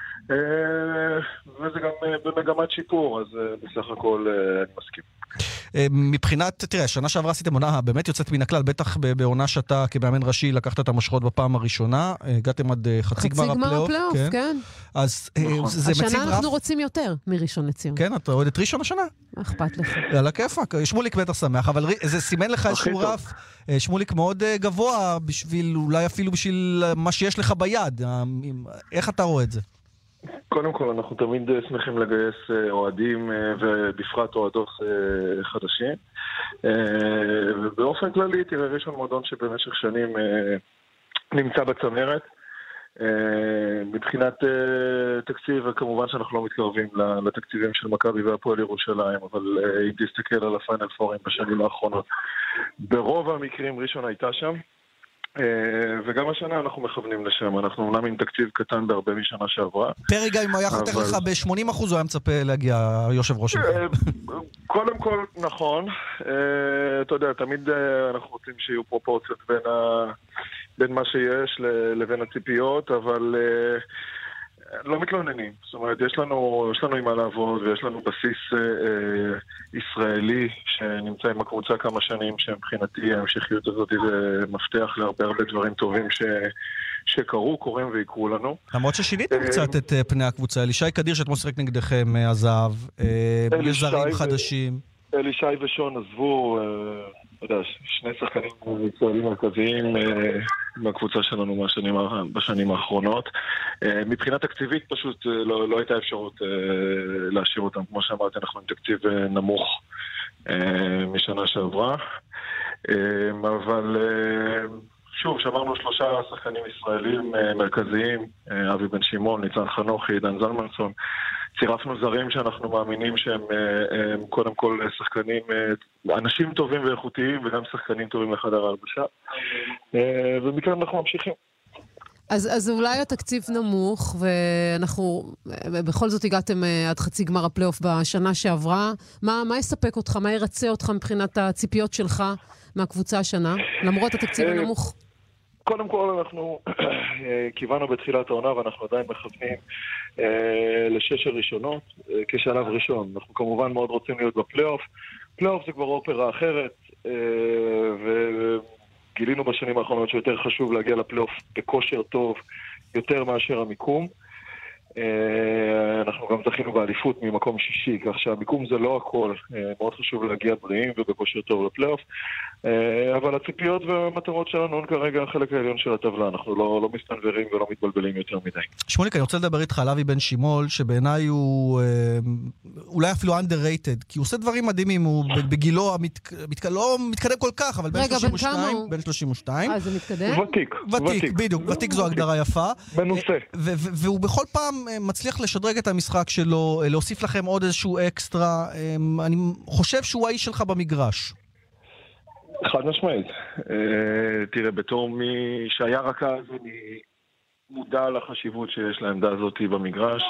וזה גם במגמת שיפור, אז בסך הכל אני מסכים. מבחינת, תראה, שנה שעברה עשיתם עונה באמת יוצאת מן הכלל, בטח בעונה שאתה כמאמן ראשי לקחת את המושכות בפעם הראשונה, הגעתם עד חצי גמר הפלייאוף, כן. אז זה מציב רף. השנה אנחנו רוצים יותר מראשון לציון. כן, אתה אוהדת ראשון השנה? אכפת לך. יאללה, כיפק, שמוליק בטח שמח, אבל זה סימן לך איזשהו רף, שמוליק מאוד גבוה, אולי אפילו בשביל מה שיש לך ביד. איך אתה רואה את זה? קודם כל, אנחנו תמיד שמחים לגייס אוהדים ובפרט אוהדות חדשים. ובאופן כללי, תראה, ראשון מועדון שבמשך שנים נמצא בצמרת. מבחינת תקציב, כמובן שאנחנו לא מתקרבים לתקציבים של מכבי והפועל ירושלים, אבל אם תסתכל על הפיינל פורים בשנים האחרונות, ברוב המקרים ראשון הייתה שם. וגם השנה אנחנו מכוונים לשם, אנחנו אומנם עם תקציב קטן בהרבה משנה שעברה. פרגע, אם הוא היה חותך לך ב-80%, הוא היה מצפה להגיע יושב ראש שלך. קודם כל, נכון. אתה יודע, תמיד אנחנו רוצים שיהיו פרופורציות בין מה שיש לבין הציפיות, אבל לא מתלוננים. זאת אומרת, יש לנו עם מה לעבוד, ויש לנו בסיס ישראלי שנמצא עם הקבוצה כמה שנים, שמבחינתי ההמשכיות הזאת זה מפתח להרבה דברים טובים קורים ויקרו לנו. למרות ששיניתם קצת את פני הקבוצה, אלישי קדיר שאתמול שיחק נגדכם עזב, יש זרים חדשים. אלישי ושון עזבו, אתה יודע, 2 שחקנים ישראלים מרכזיים מהקבוצה שלנו בשנים האחרונות. מבחינה תקציבית פשוט לא הייתה אפשרות להשאיר אותם. כמו שאמרתי, אנחנו עם תקציב נמוך משנה שעברה. אבל שוב, שמרנו 3 שחקנים ישראלים מרכזיים, אבי בן שמעון, ניצן חנוכי, דן זלמנסון. צירפנו זרים שאנחנו מאמינים שהם קודם כל שחקנים, אנשים טובים ואיכותיים, וגם שחקנים טובים לחדר ההלבשה. ומכאן אנחנו ממשיכים. אז אולי התקציב נמוך, ואנחנו בכל זאת הגעתם עד חצי גמר הפלייאוף בשנה שעברה. מה יספק אותך? מה ירצה אותך מבחינת הציפיות שלך מהקבוצה השנה, למרות התקציב הנמוך? קודם כל אנחנו כיוונו בתחילת העונה ואנחנו עדיין מכוונים ל6 הראשונות כשלב ראשון. אנחנו כמובן מאוד רוצים להיות בפלייאוף. פלייאוף זה כבר אופרה אחרת, וגילינו בשנים האחרונות שיותר חשוב להגיע לפלייאוף בכושר טוב יותר מאשר המיקום. אנחנו גם זכינו באליפות ממקום 6, כך שהמיקום זה לא הכל. מאוד חשוב להגיע בריאים ובכושר טוב לפלייאוף. אבל הציפיות והמטרות שלנו כרגע החלק העליון של הטבלה. אנחנו לא מסתנברים ולא מתבלבלים יותר מדי. שמוליק, אני רוצה לדבר איתך על אבי בן שמעון, שבעיניי הוא אולי אפילו underrated, כי הוא עושה דברים מדהימים, הוא בגילו לא מתקדם כל כך, אבל בין 32. זה מתקדם? ותיק, בדיוק, ותיק זו הגדרה יפה. מנוסה. והוא בכל פעם מצליח לשדרג את המשחק שלו, להוסיף לכם עוד איזשהו אקסטרה. אני חושב שהוא האיש שלך במגרש. חד משמעית. תראה, בתור מי שהיה רכז, אני מודע לחשיבות שיש לעמדה הזאת במגרש.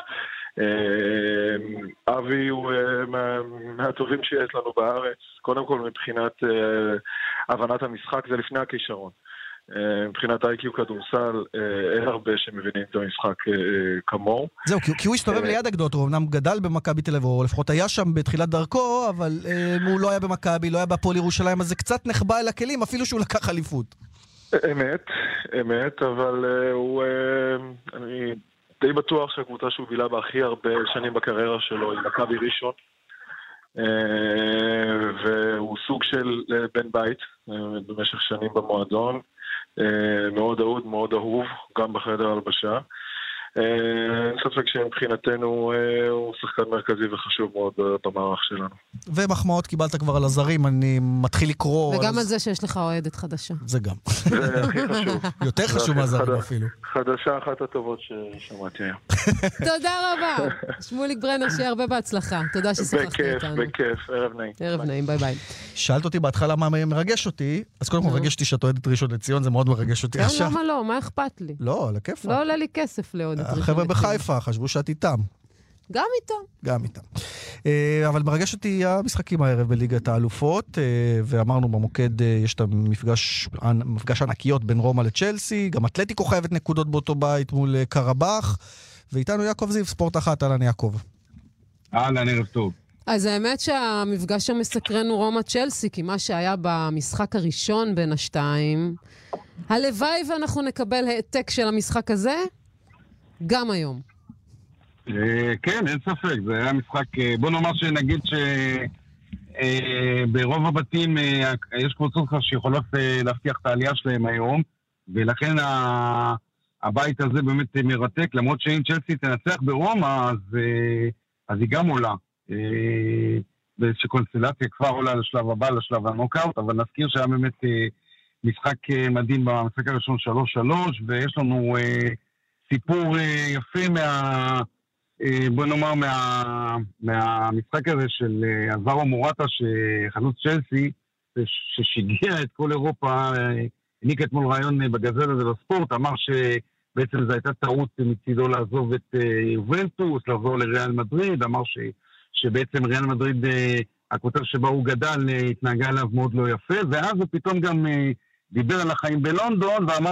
אבי הוא מהטובים שיש לנו בארץ. קודם כל מבחינת הבנת המשחק זה לפני הכישרון. מבחינת איי-קיו כדורסל, אין הרבה שמבינים את המשחק כמוהו. זהו, כי הוא הסתובב ליד הגדות, הוא אמנם גדל במכבי תל אביב, או לפחות היה שם בתחילת דרכו, אבל הוא לא היה במכבי, לא היה בהפועל ירושלים, אז זה קצת נחבא אל הכלים, אפילו שהוא לקח אליפות. אמת, אבל אני די בטוח שהקבוצה שהוא בילה בהכי הרבה שנים בקריירה שלו היא מכבי ראשון. והוא סוג של בן בית במשך שנים במועדון. מאוד אהוד, מאוד אהוב, גם בחדר הלבשה. אין ספק שמבחינתנו הוא שחקן מרכזי וחשוב מאוד במערך שלנו. ומחמאות קיבלת כבר על הזרים, אני מתחיל לקרוא... וגם על זה שיש לך אוהדת חדשה. זה גם. זה הכי חשוב. יותר חשוב מהזרים אפילו. חדשה אחת הטובות ששמעתי היום. תודה רבה. שמוליק ברנר, שיהיה הרבה בהצלחה. תודה ששוחחת איתנו. בכיף, ערב נעים. ערב נעים, ביי ביי. שאלת אותי בהתחלה מה מרגש אותי, אז קודם כל מרגש אותי שאת אוהדת ראשון לציון, זה מאוד מרגש אותי עכשיו. למה לא? מה אכפת לי? לא, לכיף. לא עולה לי כסף לעוד. החבר'ה בחיפה חשבו שאת איתם. גם איתם. אבל מרגש אותי המשחקים הערב בליגת האלופות, ואמרנו במוקד יש את המפגש ענקיות בין רומא לצ'לסי, גם אתלטיקו חייבת נקודות באותו בית מול קרבח, ואיתנו יעקב זיו, ספורט אחת, אהלן יעקב. אהלן, ערב טוב. אז האמת שהמפגש המסקרן הוא רומא צ'לסי, כי מה שהיה במשחק הראשון בין השתיים, הלוואי ואנחנו נקבל העתק של המשחק הזה, גם היום. כן, אין ספק, זה היה משחק, בוא נאמר שנגיד שברוב הבתים יש קבוצות שיכולות להבטיח את העלייה שלהם היום, ולכן הבית הזה באמת מרתק, למרות שאם צ'לסי תנצח ברומא, אז היא גם עולה. באיזושהי קונסטלציה כבר עולה לשלב הבא, לשלב הנוקאוט, אבל נזכיר שהיה באמת משחק מדהים במשחק הראשון 3-3, ויש לנו סיפור יפה בוא נאמר מהמשחק הזה של אלברו מורטה, שחלוץ צ'לסי, ששיגע את כל אירופה, העניק אתמול רעיון בגזל הזה לספורט, אמר שבעצם זו הייתה טעות מצידו לעזוב את יובנטוס, לעבור לריאל מדריד, אמר שבעצם ריאל מדריד, הכותר שבה הוא גדל, התנהגה עליו מאוד לא יפה, ואז הוא פתאום גם דיבר על החיים בלונדון, ואמר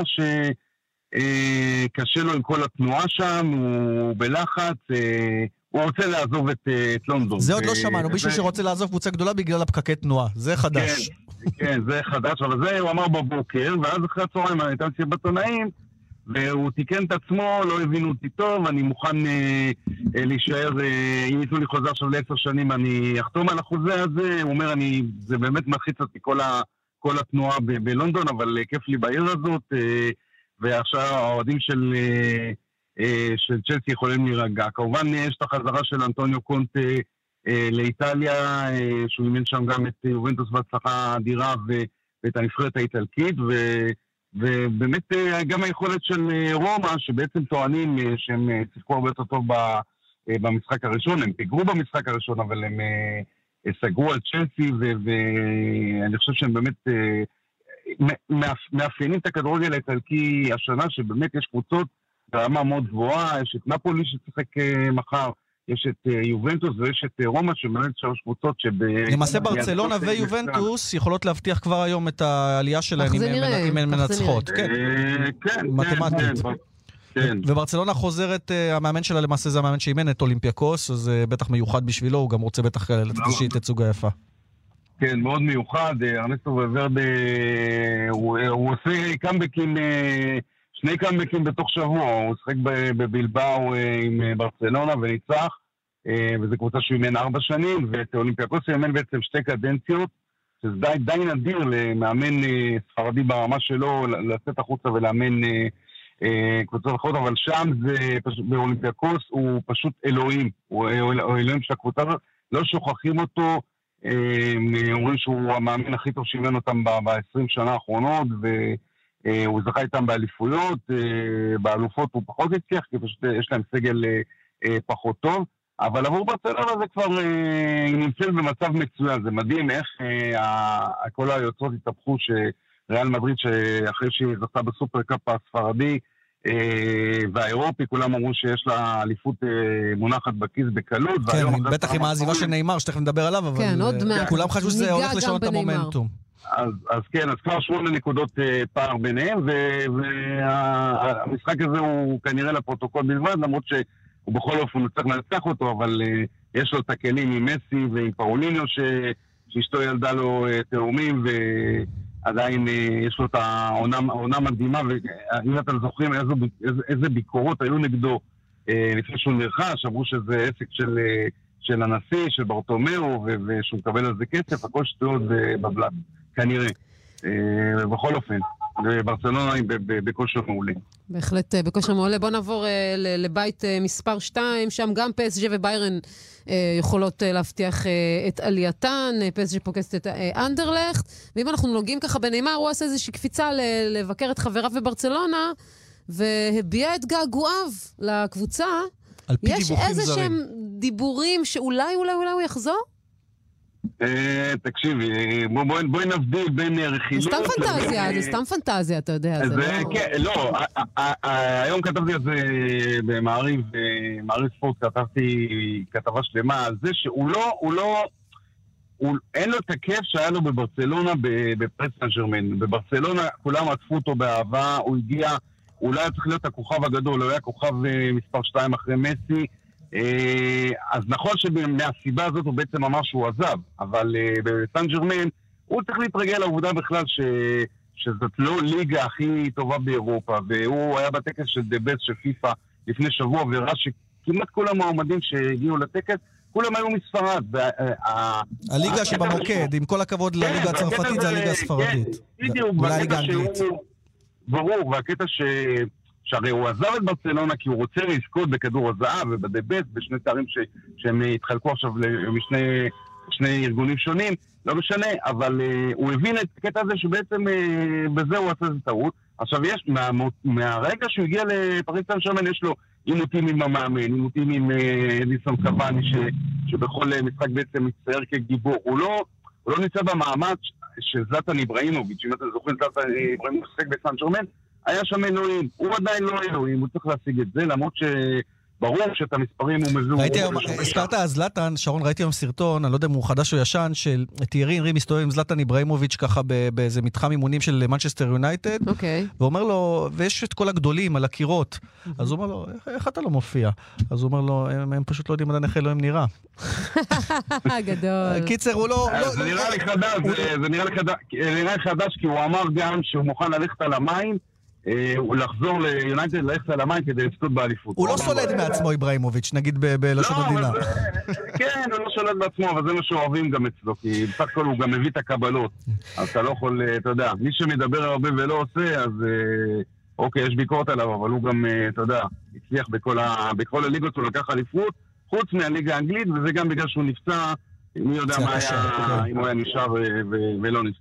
קשה לו עם כל התנועה שם, הוא בלחץ, הוא רוצה לעזוב את לונדון. זה עוד לא שמענו, מישהו שרוצה לעזוב קבוצה גדולה בגלל הפקקי תנועה, זה חדש. כן, זה חדש, אבל זה הוא אמר בבוקר, ואז אחרי הצהריים הייתה מסיבת עיתונאים, והוא תיקן את עצמו, לא הבינו אותי טוב, אני מוכן להישאר, אם ייתנו לי חוזה עכשיו ל10 שנים, אני אחתום על החוזה הזה, הוא אומר, זה באמת מלחיץ אותי כל התנועה בלונדון, אבל כיף לי בעיר הזאת, ועכשיו האוהדים של צ'לסי יכולים להירגע. כמובן יש את החזרה של אנטוניו קונטה לאיטליה, שהוא אימן שם גם את יובנטוס בהצלחה אדירה ואת הנבחרת האיטלקית, ובאמת גם היכולת של רומא, שבעצם טוענים שהם שיחקו הרבה יותר טוב במשחק הראשון, הם פיגרו במשחק הראשון, אבל הם סגרו על צ'לסי, ואני חושב שהם באמת מאפיינים את הכדורגל האיטלקי השנה, שבאמת יש קבוצות ברמה מאוד גבוהה, יש את נפולי שצחק מחר, יש את יובנטוס ויש את רומא, שבאמת 3 קבוצות למעשה ברצלונה ויובנטוס יכולות להבטיח כבר היום את העלייה שלהן אם הן מנצחות. כן, מתמטית. וברצלונה חוזרת, המאמן שלה למעשה זה המאמן שאימן את אולימפיאקוס, אז זה בטח מיוחד בשבילו, הוא גם רוצה בטח לתת איזושהי תצוגה יפה. כן, מאוד מיוחד, ארנסטו וורדה, הוא עושה קאמבקים, 2 קאמבקים בתוך שבוע, הוא שחק בבילבאו עם ברצלונה וניצח, וזו קבוצה שהוא אימן 4 שנים, ואת אולימפיאקוס הוא אימן בעצם 2 קדנציות, שזה די נדיר למאמן ספרדי ברמה שלו, לצאת החוצה ולאמן קבוצות אחרות, אבל שם זה באולימפיאקוס הוא פשוט אלוהים, הוא אלוהים של הקבוצה, לא שוכחים אותו, אומרים שהוא המאמן הכי טוב שאימן אותם ב-20 שנה האחרונות, והוא זכה איתם באליפויות, באלופות הוא פחות הצליח, כי פשוט יש להם סגל פחות טוב, אבל עבור ברצלונה זה כבר נמצא במצב מצוין, זה מדהים איך כל היוצרות התהפכו שריאל מדריד, שאחרי שהיא זכתה בסופרקאפ הספרדי והאירופי, כולם אמרו שיש לה אליפות מונחת בכיס בקלות. כן, בטח עם העזיבה של נאמר, שתכף נדבר עליו, אבל כולם חשבו שזה הולך לשנות את המומנטום. אז כן, אז כבר 8 נקודות פער ביניהם, והמשחק הזה הוא כנראה לפרוטוקול בלבד, למרות שהוא בכל אופן הוא צריך לנצח אותו, אבל יש לו את הכלים עם מסי ועם פאוליניו, שאשתו ילדה לו תאומים, ועדיין יש לו את העונה מדהימה, ואם אתם זוכרים איזה ביקורות היו נגדו לפני שהוא נרכש, אמרו שזה עסק של הנשיא, של ברטומאו, ושהוא מקבל על זה כסף, הכל שטויות בבלד, כנראה. בכל אופן, ברצלונה היא בכושר מעולה. בהחלט בכושר מעולה. בוא נעבור לבית מספר 2, שם גם PSG וביירן יכולות להבטיח את עלייתן, PSG פוגשת את אנדרלכט, ואם אנחנו נוגעים ככה בנאמר, הוא עשה איזושהי קפיצה לבקר את חבריו בברצלונה, והביע את געגועיו לקבוצה. יש איזה שהם דיבורים שאולי הוא יחזור? תקשיבי, בואי נבדיל בין רכילות... זה סתם פנטזיה, אתה יודע. לא, היום כתבתי על זה במעריב ספורט, כתבתי כתבה שלמה על זה שהוא לא... אין לו את הכיף שהיה לו בברצלונה בפריס סן ז'רמן. בברצלונה כולם עטפו אותו באהבה, הוא הגיע, אולי היה צריך להיות הכוכב הגדול, הוא היה כוכב מספר 2 אחרי מסי, אז נכון שמהסיבה הזאת הוא בעצם אמר שהוא עזב, אבל בסן ז'רמן הוא צריך להתרגל לעובדה בכלל שזאת לא ליגה הכי טובה באירופה, והוא היה בטקס של דבס של פיפה לפני שבוע, וראה שכמעט כל המועמדים שהגיעו לטקס כולם היו מספרד. הליגה שבמוקד, עם כל הכבוד לליגה הצרפתית, זה הליגה הספרדית. בדיוק, ברור, והקטע שהרי הוא עזב את ברצלונה כי הוא רוצה לזכות בכדור הזהב ובדבט, בשני תארים שהם התחלקו עכשיו לשני ארגונים שונים, לא משנה, אבל הוא הבין את הקטע הזה שבעצם בזה הוא עשה את טעות. עכשיו יש, מהרגע שהוא הגיע לפריס סן ז'רמן יש לו עימותים עם המאמן, עימותים עם אדיסון קוואני שבכל משחק בעצם מצטייר כגיבור. הוא לא נמצא במעמד של זלאטן איברהימוביץ', אם אתם זוכרים זלאטן איברהימוביץ' משחק בסן ז'רמן, היה שם אלוהים, הוא עדיין לא אלוהים, הוא צריך להשיג את זה, למרות שברור שאת המספרים הוא מזור. ראיתי היום, הזכרת זלאטן, שרון, ראיתי היום סרטון, אני לא יודע אם הוא חדש או ישן, של תיארי אנרי מסתובב עם זלאטן איברהימוביץ' ככה באיזה מתחם אימונים של מנצ'סטר יונייטד, ואומר לו, ויש את כל הגדולים על הקירות, אז הוא אומר לו, איך אתה לא מופיע? אז הוא אומר לו, הם פשוט לא יודעים עדיין איך אלוהים נראה. גדול. קיצר, הוא לא... זה נראה לי חדש, כי הוא אמר גם שהוא מוכן ללכת על המים, לחזור ליונייטד, ללכת על המים כדי לזכות באליפות. הוא לא סולד מעצמו איברהימוביץ', נגיד בלשון המדינה. כן, הוא לא סולד מעצמו, אבל זה מה שאוהבים גם אצלו, כי בסך הכל הוא גם מביא את הקבלות. אז אתה לא יכול, אתה יודע, מי שמדבר הרבה ולא עושה, אז אוקיי, יש ביקורת עליו, אבל הוא גם, אתה יודע, הצליח בכל הליגות, הוא לקח אליפות, חוץ מהליגה האנגלית, וזה גם בגלל שהוא נפצע, מי יודע מה היה, אם הוא היה נשאר ולא נפצע.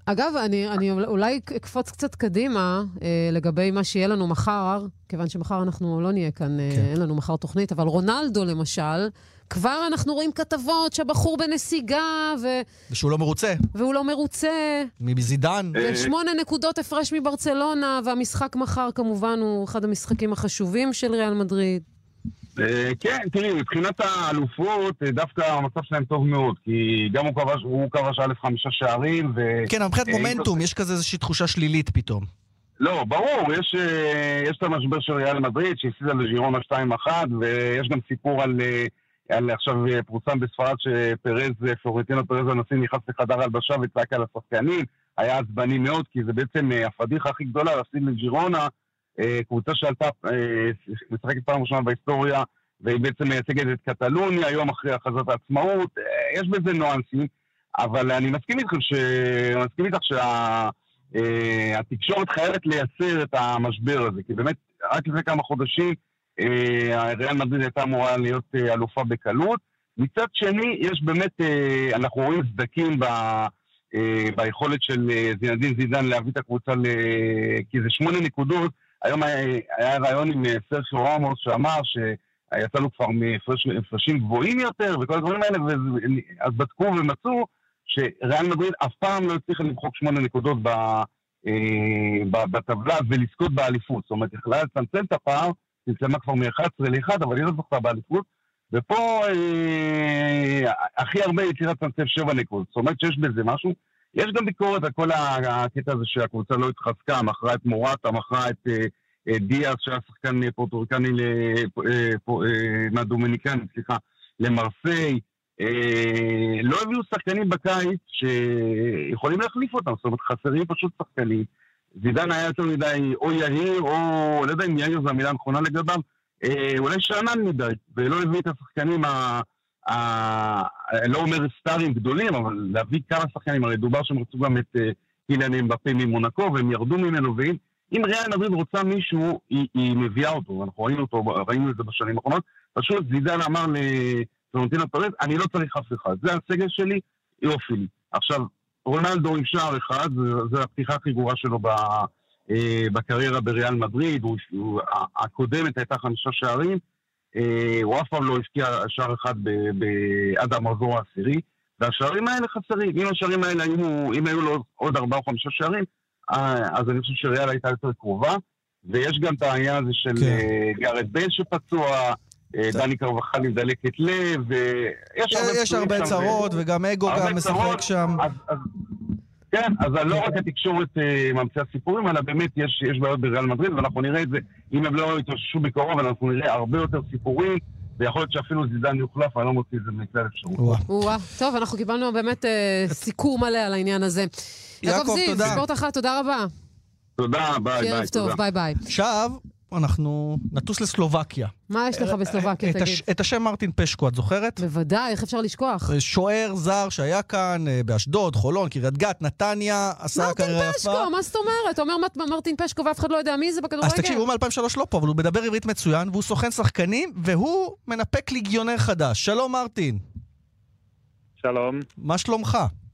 אגב, אני אולי אקפוץ קצת קדימה לגבי מה שיהיה לנו מחר, כיוון שמחר אנחנו לא נהיה כאן, אין לנו מחר תוכנית, אבל רונלדו למשל, כבר אנחנו רואים כתבות שהבחור בנסיגה, ושהוא לא מרוצה. והוא לא מרוצה. מזידן. 8 נקודות הפרש מברצלונה, והמשחק מחר כמובן הוא אחד המשחקים החשובים של ריאל מדריד. כן, תראי, מבחינת האלופות, דווקא המצב שלהם טוב מאוד, כי גם הוא כבש א' 5 שערים, כן, מבחינת מומנטום, יש כזה איזושהי תחושה שלילית פתאום. לא, ברור, יש את המשבר של ריאל מדריד, שהפסידה לג'ירונה 2-1, ויש גם סיפור על עכשיו פורסם בספרד פלורנטינו פרז הנשיא נכנס לחדר הלבשה וצעק על השחקנים, היה עצבני מאוד, כי זה בעצם הפדיחה הכי גדולה להפסיד לג'ירונה, קבוצה שעלתה, משחקת פעם ראשונה בהיסטוריה, והיא בעצם מייצגת את קטלוניה, היום אחרי הכרזת העצמאות, יש בזה ניואנסים, אבל אני מסכים איתך שהתקשורת חייבת לייצר את המשבר הזה, כי באמת, רק לפני כמה חודשים, ריאל מדריד הייתה אמורה להיות אלופה בקלות. מצד שני, יש באמת, אנחנו רואים סדקים ביכולת של זינדין זידן להביא את הקבוצה, כי זה 8 נקודות, היום היה רעיון עם סרחיו רמוס שאמר שיצא לו כבר מפרשים גבוהים יותר וכל הדברים האלה, אז בדקו ומצאו שריאל מדריד אף פעם לא הצליחה למחוק 8 נקודות בטבלה ולזכות באליפות. זאת אומרת, יכלה לצמצם את הפער, נצלמה כבר מ-11 ל-1, אבל היא לא זוכתה באליפות, ופה הכי הרבה יצירה לצמצם 7 נקודות. זאת אומרת שיש בזה משהו. יש גם ביקורת על כל הקטע הזה שהקבוצה לא התחזקה, מכרה את מורטה, מכרה את דיאס, שהיה שחקן פורטוריקני מהדומיניקני, למרסיי. לא הביאו שחקנים בקיץ שיכולים להחליף אותם, זאת אומרת חסרים פשוט שחקנים. זידן היה יותר מדי או יהיר, או לא יודע אם יהיר זה המילה הנכונה לגביו, אולי שענן מדי, ולא הביא את השחקנים לא אומר סטארים גדולים, אבל להביא כמה שחקנים, הרי דובר שהם רצו גם את קיליאן אמבפה ממונקו, והם ירדו ממנו, ואם ריאל מדריד רוצה מישהו, היא מביאה אותו, אנחנו ראינו את זה בשנים האחרונות, פשוט זידן אמר לפלורנטינו פרז, אני לא צריך אף אחד, זה הסגל שלי, יופי לי. עכשיו, רונלדו עם שער אחד, זה הפתיחה הכי גרועה שלו בקריירה בריאל מדריד, הקודמת הייתה 5 שערים, הוא אף פעם לא הפקיע שער אחד עד המחזור העשירי, והשערים האלה חסרים. אם השערים האלה אם היו לו עוד 4 או 5 שערים, אז אני חושב שריאל הייתה יותר קרובה, ויש גם את העניין הזה של גארד בייל שפצוע, דני קרבחל עם דלקת לב, יש הרבה צרות, וגם אגו גם משחק שם. כן, אז לא רק התקשורת ממציאה סיפורים, אלא באמת יש בעיות בריאל מדריד, ואנחנו נראה את זה, אם הם לא יתאוששו בקרוב, אנחנו נראה הרבה יותר סיפורים, ויכול להיות שאפילו זידן יוחלף, אני לא מוציא את זה מכלל אפשרות. טוב, אנחנו קיבלנו באמת סיקור מלא על העניין הזה. יעקב זיו, ספורט אחת, תודה רבה. תודה, ביי. ערב טוב, ביי. עכשיו אנחנו נטוס לסלובקיה. מה יש לך בסלובקיה, תגיד? את השם מרטין פשקו, את זוכרת? בוודאי, איך אפשר לשכוח? שוער זר שהיה כאן באשדוד, חולון, קריית גת, נתניה, עשה קריירה יפה. מרטין פשקו, מה זאת אומרת? אתה אומר מרטין פשקו ואף אחד לא יודע מי זה בכדורגל? אז תקשיב, הוא מ-2003 לא פה, אבל הוא מדבר עברית מצוין, והוא סוכן שחקנים, והוא מנפק ליגיונר חדש. שלום מרטין. שלום. מה שלומך?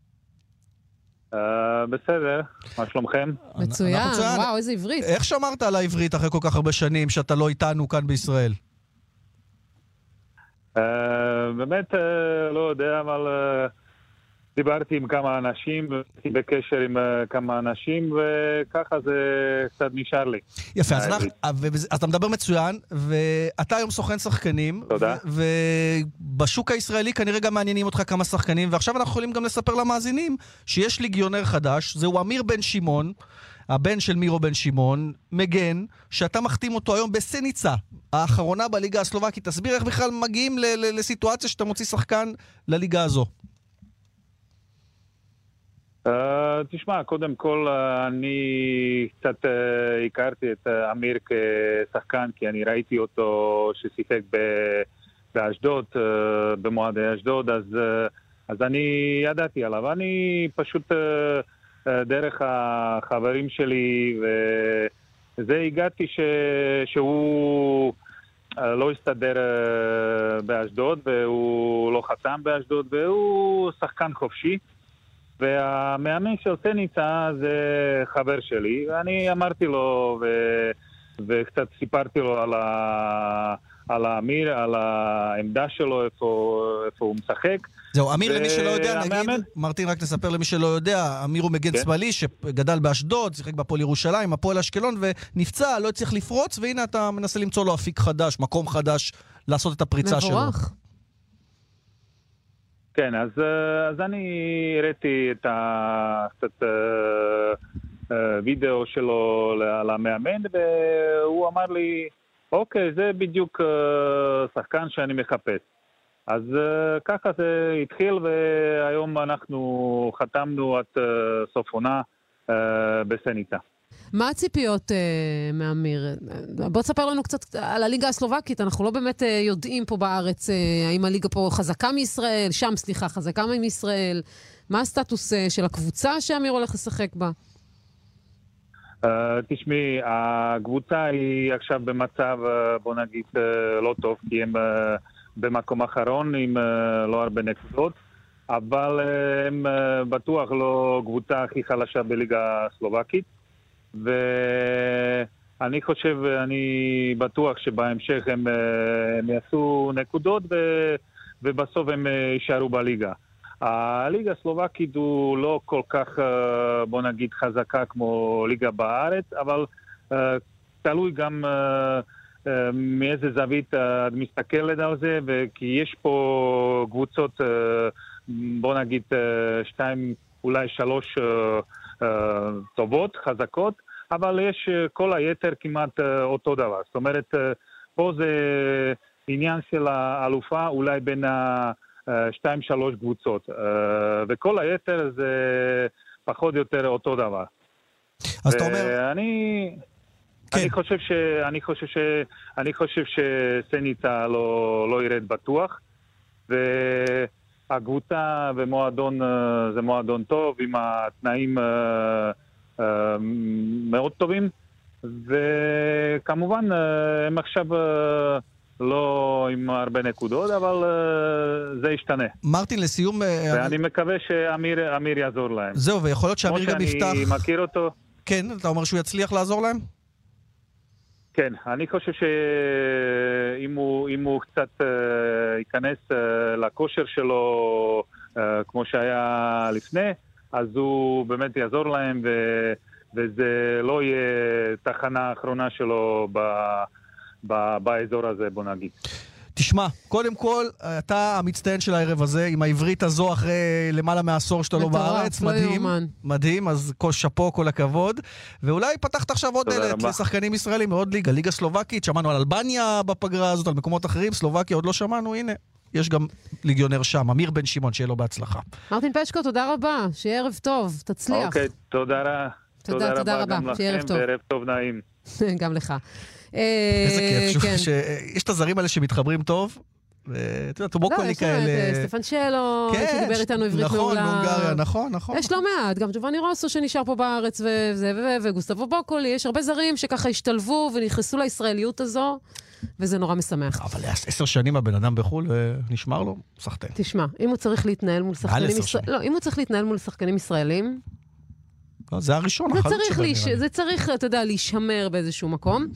בסדר, מה שלומכם? מצוין, וואו, איזה עברית. איך שמרת על העברית אחרי כל כך הרבה שנים שאתה לא איתנו כאן בישראל? באמת לא יודע, אבל דיברתי עם כמה אנשים, הייתי בקשר עם כמה אנשים, וככה זה קצת נשאר לי. יפה, אז אתה מדבר מצוין, ואתה היום סוכן שחקנים. תודה. ובשוק הישראלי כנראה גם מעניינים אותך כמה שחקנים, ועכשיו אנחנו יכולים גם לספר למאזינים שיש ליגיונר חדש, זהו אמיר בן שמעון, הבן של מירו בן שמעון, מגן, שאתה מחתים אותו היום בסניצה, האחרונה בליגה הסלובקית. תסביר איך בכלל מגיעים לסיטואציה שאתה מוציא שחקן לליגה הזו. תשמע, קודם כל אני קצת הכרתי את אמיר כשחקן, כי אני ראיתי אותו ששיחק באשדוד, במועדי אשדוד, אז אני ידעתי עליו. אני פשוט דרך החברים שלי וזה הגעתי שהוא לא הסתדר באשדוד, והוא לא חתם באשדוד, והוא שחקן חופשי. והמאמן של סניצה זה חבר שלי, ואני אמרתי לו וקצת סיפרתי לו על האמיר, על העמדה שלו, איפה הוא משחק. זהו, אמיר למי שלא יודע, נגיד, מרטין רק נספר למי שלא יודע, אמיר הוא מגן שמאלי שגדל באשדוד, שיחק בהפועל ירושלים, הפועל אשקלון, ונפצע, לא הצליח לפרוץ, והנה אתה מנסה למצוא לו אפיק חדש, מקום חדש, לעשות את הפריצה שלו. מבורך. כן, אז אני הראיתי את וידאו שלו למאמן, והוא אמר לי, אוקיי, זה בדיוק שחקן שאני מחפש. אז ככה זה התחיל, והיום אנחנו חתמנו עד סוף עונה בסניצה. מה הציפיות מאמיר? בוא תספר לנו קצת על הליגה הסלובקית. אנחנו לא באמת יודעים פה בארץ האם הליגה פה חזקה מישראל, חזקה מישראל. מה הסטטוס של הקבוצה שאמיר הולך לשחק בה? תשמעי, הקבוצה היא עכשיו במצב, בוא נגיד, לא טוב, כי הם במקום אחרון עם לא הרבה נקודות, אבל הם בטוח לא קבוצה הכי חלשה בליגה הסלובקית, ואני חושב, אני בטוח שבהמשך הם יעשו נקודות ובסוף הם יישארו בליגה. הליגה הסלובקית הוא לא כל כך, בוא נגיד, חזקה כמו ליגה בארץ, אבל תלוי גם מאיזה זווית את מסתכלת על זה, כי יש פה קבוצות, בוא נגיד, 2, אולי 3 טובות, חזקות, אבל יש כל היתר כמעט אותו דבר. זאת אומרת, פה זה עניין של האלופה, אולי בין 2-3 קבוצות, וכל היתר זה פחות או יותר אותו דבר. אז אתה אומר... אני חושב שסניצה לא ירד בטוח, והקבוצה ומועדון זה מועדון טוב, עם התנאים מאוד טובים, וכמובן הם עכשיו לא עם הרבה נקודות, אבל זה ישתנה. מרטין, לסיום... ואני מקווה שאמיר יעזור להם. זהו, ויכול להיות שאמיר גם יפתח... כמו שאני מכיר אותו. כן, אתה אומר שהוא יצליח לעזור להם? כן, אני חושב שאם הוא קצת ייכנס לכושר שלו כמו שהיה לפני, אז הוא באמת יעזור להם, וזה לא יהיה תחנה האחרונה שלו באזור הזה, בוא נגיד. תשמע, קודם כל, אתה המצטיין של הערב הזה, עם העברית הזו אחרי למעלה מעשור שאתה לא בארץ, מדהים, מדהים, אז כל שפו, כל הכבוד, ואולי פתחת עכשיו עוד דלת לשחקנים ישראלים מעוד ליגה, ליגה סלובקית, שמענו על אלבניה בפגרה הזאת, על מקומות אחרים, סלובקיה עוד לא שמענו, הנה, יש גם ליגיונר שם, אמיר בן שמעון, שיהיה לו בהצלחה. מרטין פשקו, תודה רבה, שיהיה ערב טוב, תצליח. אוקיי, תודה רבה גם לכם, וערב טוב נעים. גם לך. איזה כיף, יש את הזרים האלה שמתחברים טוב, ואתה יודע, טובוקולי כאלה... יש את סטפן שלו, שדיבר איתנו עברית מעולה. נכון, בהונגריה, נכון. יש לא מעט, גם ג'ובאני רוסו שנשאר פה בארץ, וגוסטבו בוקולי, יש הרבה זרים שככה השתלבו ונכנסו לישראליות הזו, וזה נורא משמח. אבל 10 שנים הבן אדם בחול ונשמר לו, סחטן. תשמע, אם הוא צריך להתנהל מול שחקנים ישראלים... לא, אם הוא צריך להתנהל מול שחקנים ישראלים... זה הראשון, זה צריך, אתה יודע, להישמר באיזשהו מקום.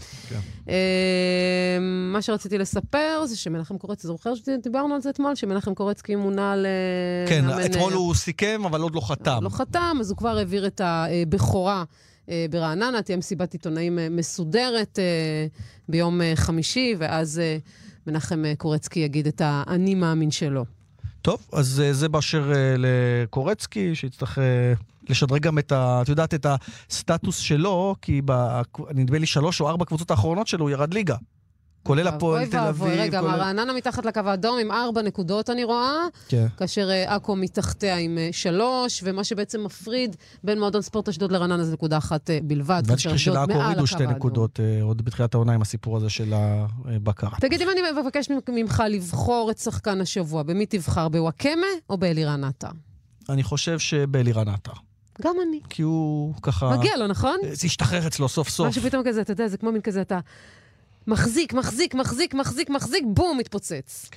מה שרציתי לספר זה שמנחם קורצקי, זוכר שדיברנו על זה אתמול, שמנחם קורצקי מונה ל... כן, אתמול הוא סיכם, אבל עוד לא חתם. לא חתם, אז הוא כבר העביר את הבכורה ברעננה, תהיה מסיבת עיתונאים מסודרת ביום חמישי, ואז מנחם קורצקי יגיד את האני מאמין שלו. טוב, אז זה באשר לקורצקי, שיצטרך לשדרג גם את הסטטוס שלו, כי נדמה לי 3 או 4 קבוצות האחרונות שלו הוא ירד ליגה. כולל הפועל תל אביב. רגע, רעננה מתחת לקו האדום עם 4 נקודות, אני רואה, כאשר עכו מתחתיה עם 3, ומה שבעצם מפריד בין מועדון ספורט אשדוד לרעננה זה נקודה אחת בלבד. ואני של עכו הורידו 2 נקודות עוד בתחילת העונה עם הסיפור הזה של הבקרה. תגיד, אם אני מבקש ממך לבחור את שחקן השבוע, במי תבחר, בוואקמה או באלירן עטר? אני חושב שבאלירן עטר. גם אני. כי הוא ככה... מגיע לו, נכון? זה ישתחרר אצלו סוף סוף. מה שפתאום כזה, אתה יודע, זה כמו מין כזה, אתה מחזיק, בום, מתפוצץ. כן.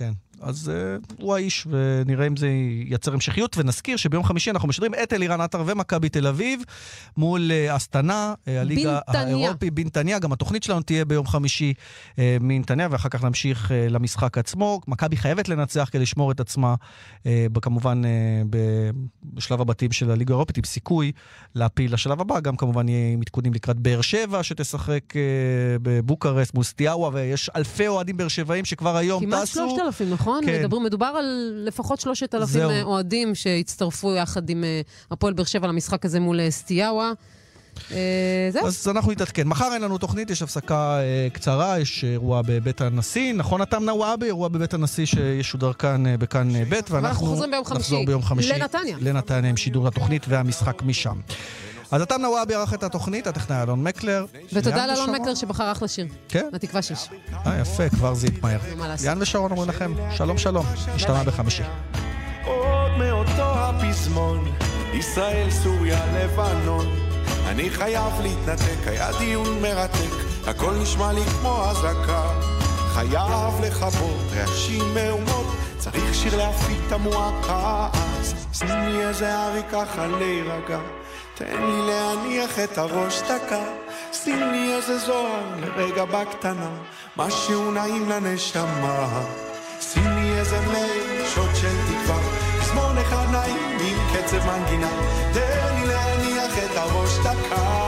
אז הוא האיש, ונראה אם זה ייצר המשכיות, ונזכיר שביום חמישי אנחנו משדרים את אלירן עטר ומכבי תל אביב, מול אסטנה, הליגה האירופית, בנתניה, גם התוכנית שלנו תהיה ביום חמישי מנתניה, ואחר כך נמשיך למשחק עצמו. מכבי חייבת לנצח כדי לשמור את עצמה, כמובן בשלב הבתים של הליגה האירופית, עם סיכוי להפיל לשלב הבא, גם כמובן יהיה מתקודמים לקראת באר שבע, שתשחק בבוקרסט מול סטיאווה, ויש אלפי אוהדים באר שבעים שכבר היום כמעט טסו. 3,000, נכון? כן. מדובר על לפחות 3,000 אוהדים שהצטרפו יחד עם הפועל באר שבע למשחק הזה מול סטיאווה. אז אנחנו נתעדכן. מחר אין לנו תוכנית, יש הפסקה קצרה, יש אירוע בבית הנשיא, נכון אתם נוואבי, אירוע בבית הנשיא שישודר כאן בכאן ב', ואנחנו חוזרים ביום חמישי לנתניה עם שידור התוכנית והמשחק משם. אז אתם נוואבי ערך את התוכנית, הטכנאי אלון מקלר. ותודה לאלון מקלר שבחר אחלה שיר. כן? התקווה 6. יפה, כבר זה יתמהר. ליאן ושרון אומרים לכם, שלום שלום, נשתמע בחמישי. עוד מאותו הפזמון, ישראל, סוריה, לבנון. אני חייב להתנתק, היה דיון מרתק, הכל נשמע לי כמו הזקה. חייב לחבות רעשים מהומות, צריך שיר להפיק את המועקה. אז שים לי איזה ארי ככה להירגע, תן לי להניח את הראש דקה. שים לי איזה זוהר לרגע בקטנה, משהו נעים לנשמה. שים לי איזה מי שוט של תקווה, זמון אחד נעים עם קצב מנגינה, תן לי להניח את הראש דקה.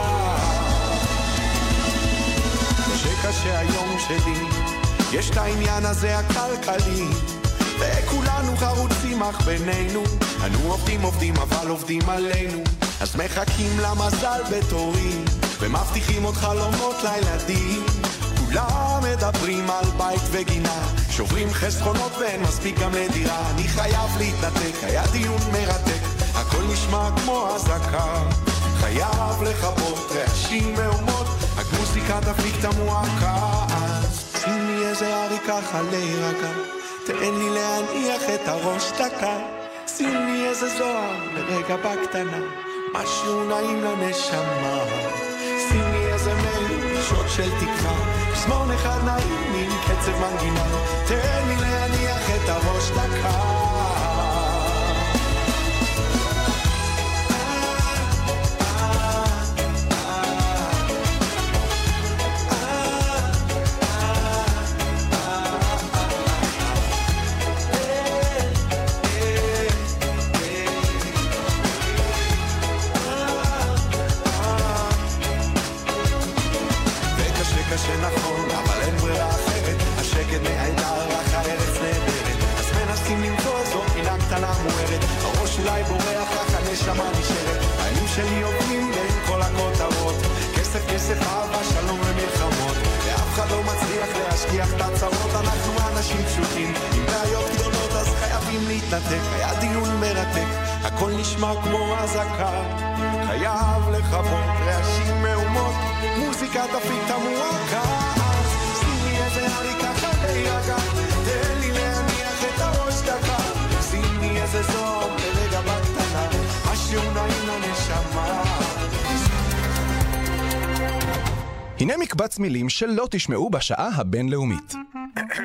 שקשה היום שלי, יש את העניין הזה הכלכלי, וכולנו חרוצים אך בינינו, אנו עובדים אבל עובדים עלינו, אז מחכים למזל בתורים, ומבטיחים עוד חלומות לילדים. כולם מדברים על בית וגינה, שוברים חסכונות ואין מספיק גם לדירה. אני חייב להתנתק, היה דיון מרתק, הכל נשמע כמו הזקה. חייב לחבות רעשים מהומות, המוזיקה תפיק את המועקה. אז שים לי איזה ארי ככה להירגע, תן לי להניח את הראש דקה. שים לי איזה זוהר לרגע בקטנה, משהו נעים לנשמה. שים לי איזה מי שוט של תקווה, זמון אחד נעים עם קצב מנגינה, תן לי להניח את הראש דקה. שנכון, אבל אין ברירה אחרת, השקט נהדר, רק הארץ נהדרת, אז מנסים למצוא זאת פינה קטנה מוארת, הראש אולי בורח, רק הנשמה נשארת, העלים שלי עוברים בין כל הכותרות, כסף, כסף, אהבה, שלום ומלחמות, ואף אחד לא מצליח להשכיח את הצרות, אנחנו אנשים פשוטים, עם בעיות גדולות, אז חייבים להתנתק, היה דיון מרתק, הכל נשמע כמו הזקה, חייב לחבות רעשים מהומות, מוזיקה תפיק את המועקה. אז שים לי איזה ארי ככה להירגע, תן לי להניח את הראש דקה. שים לי איזה זום לרגע בקטנה, משהו נעים לנשמה. הנה מקבץ מילים שלא תשמעו בשעה הבינלאומית.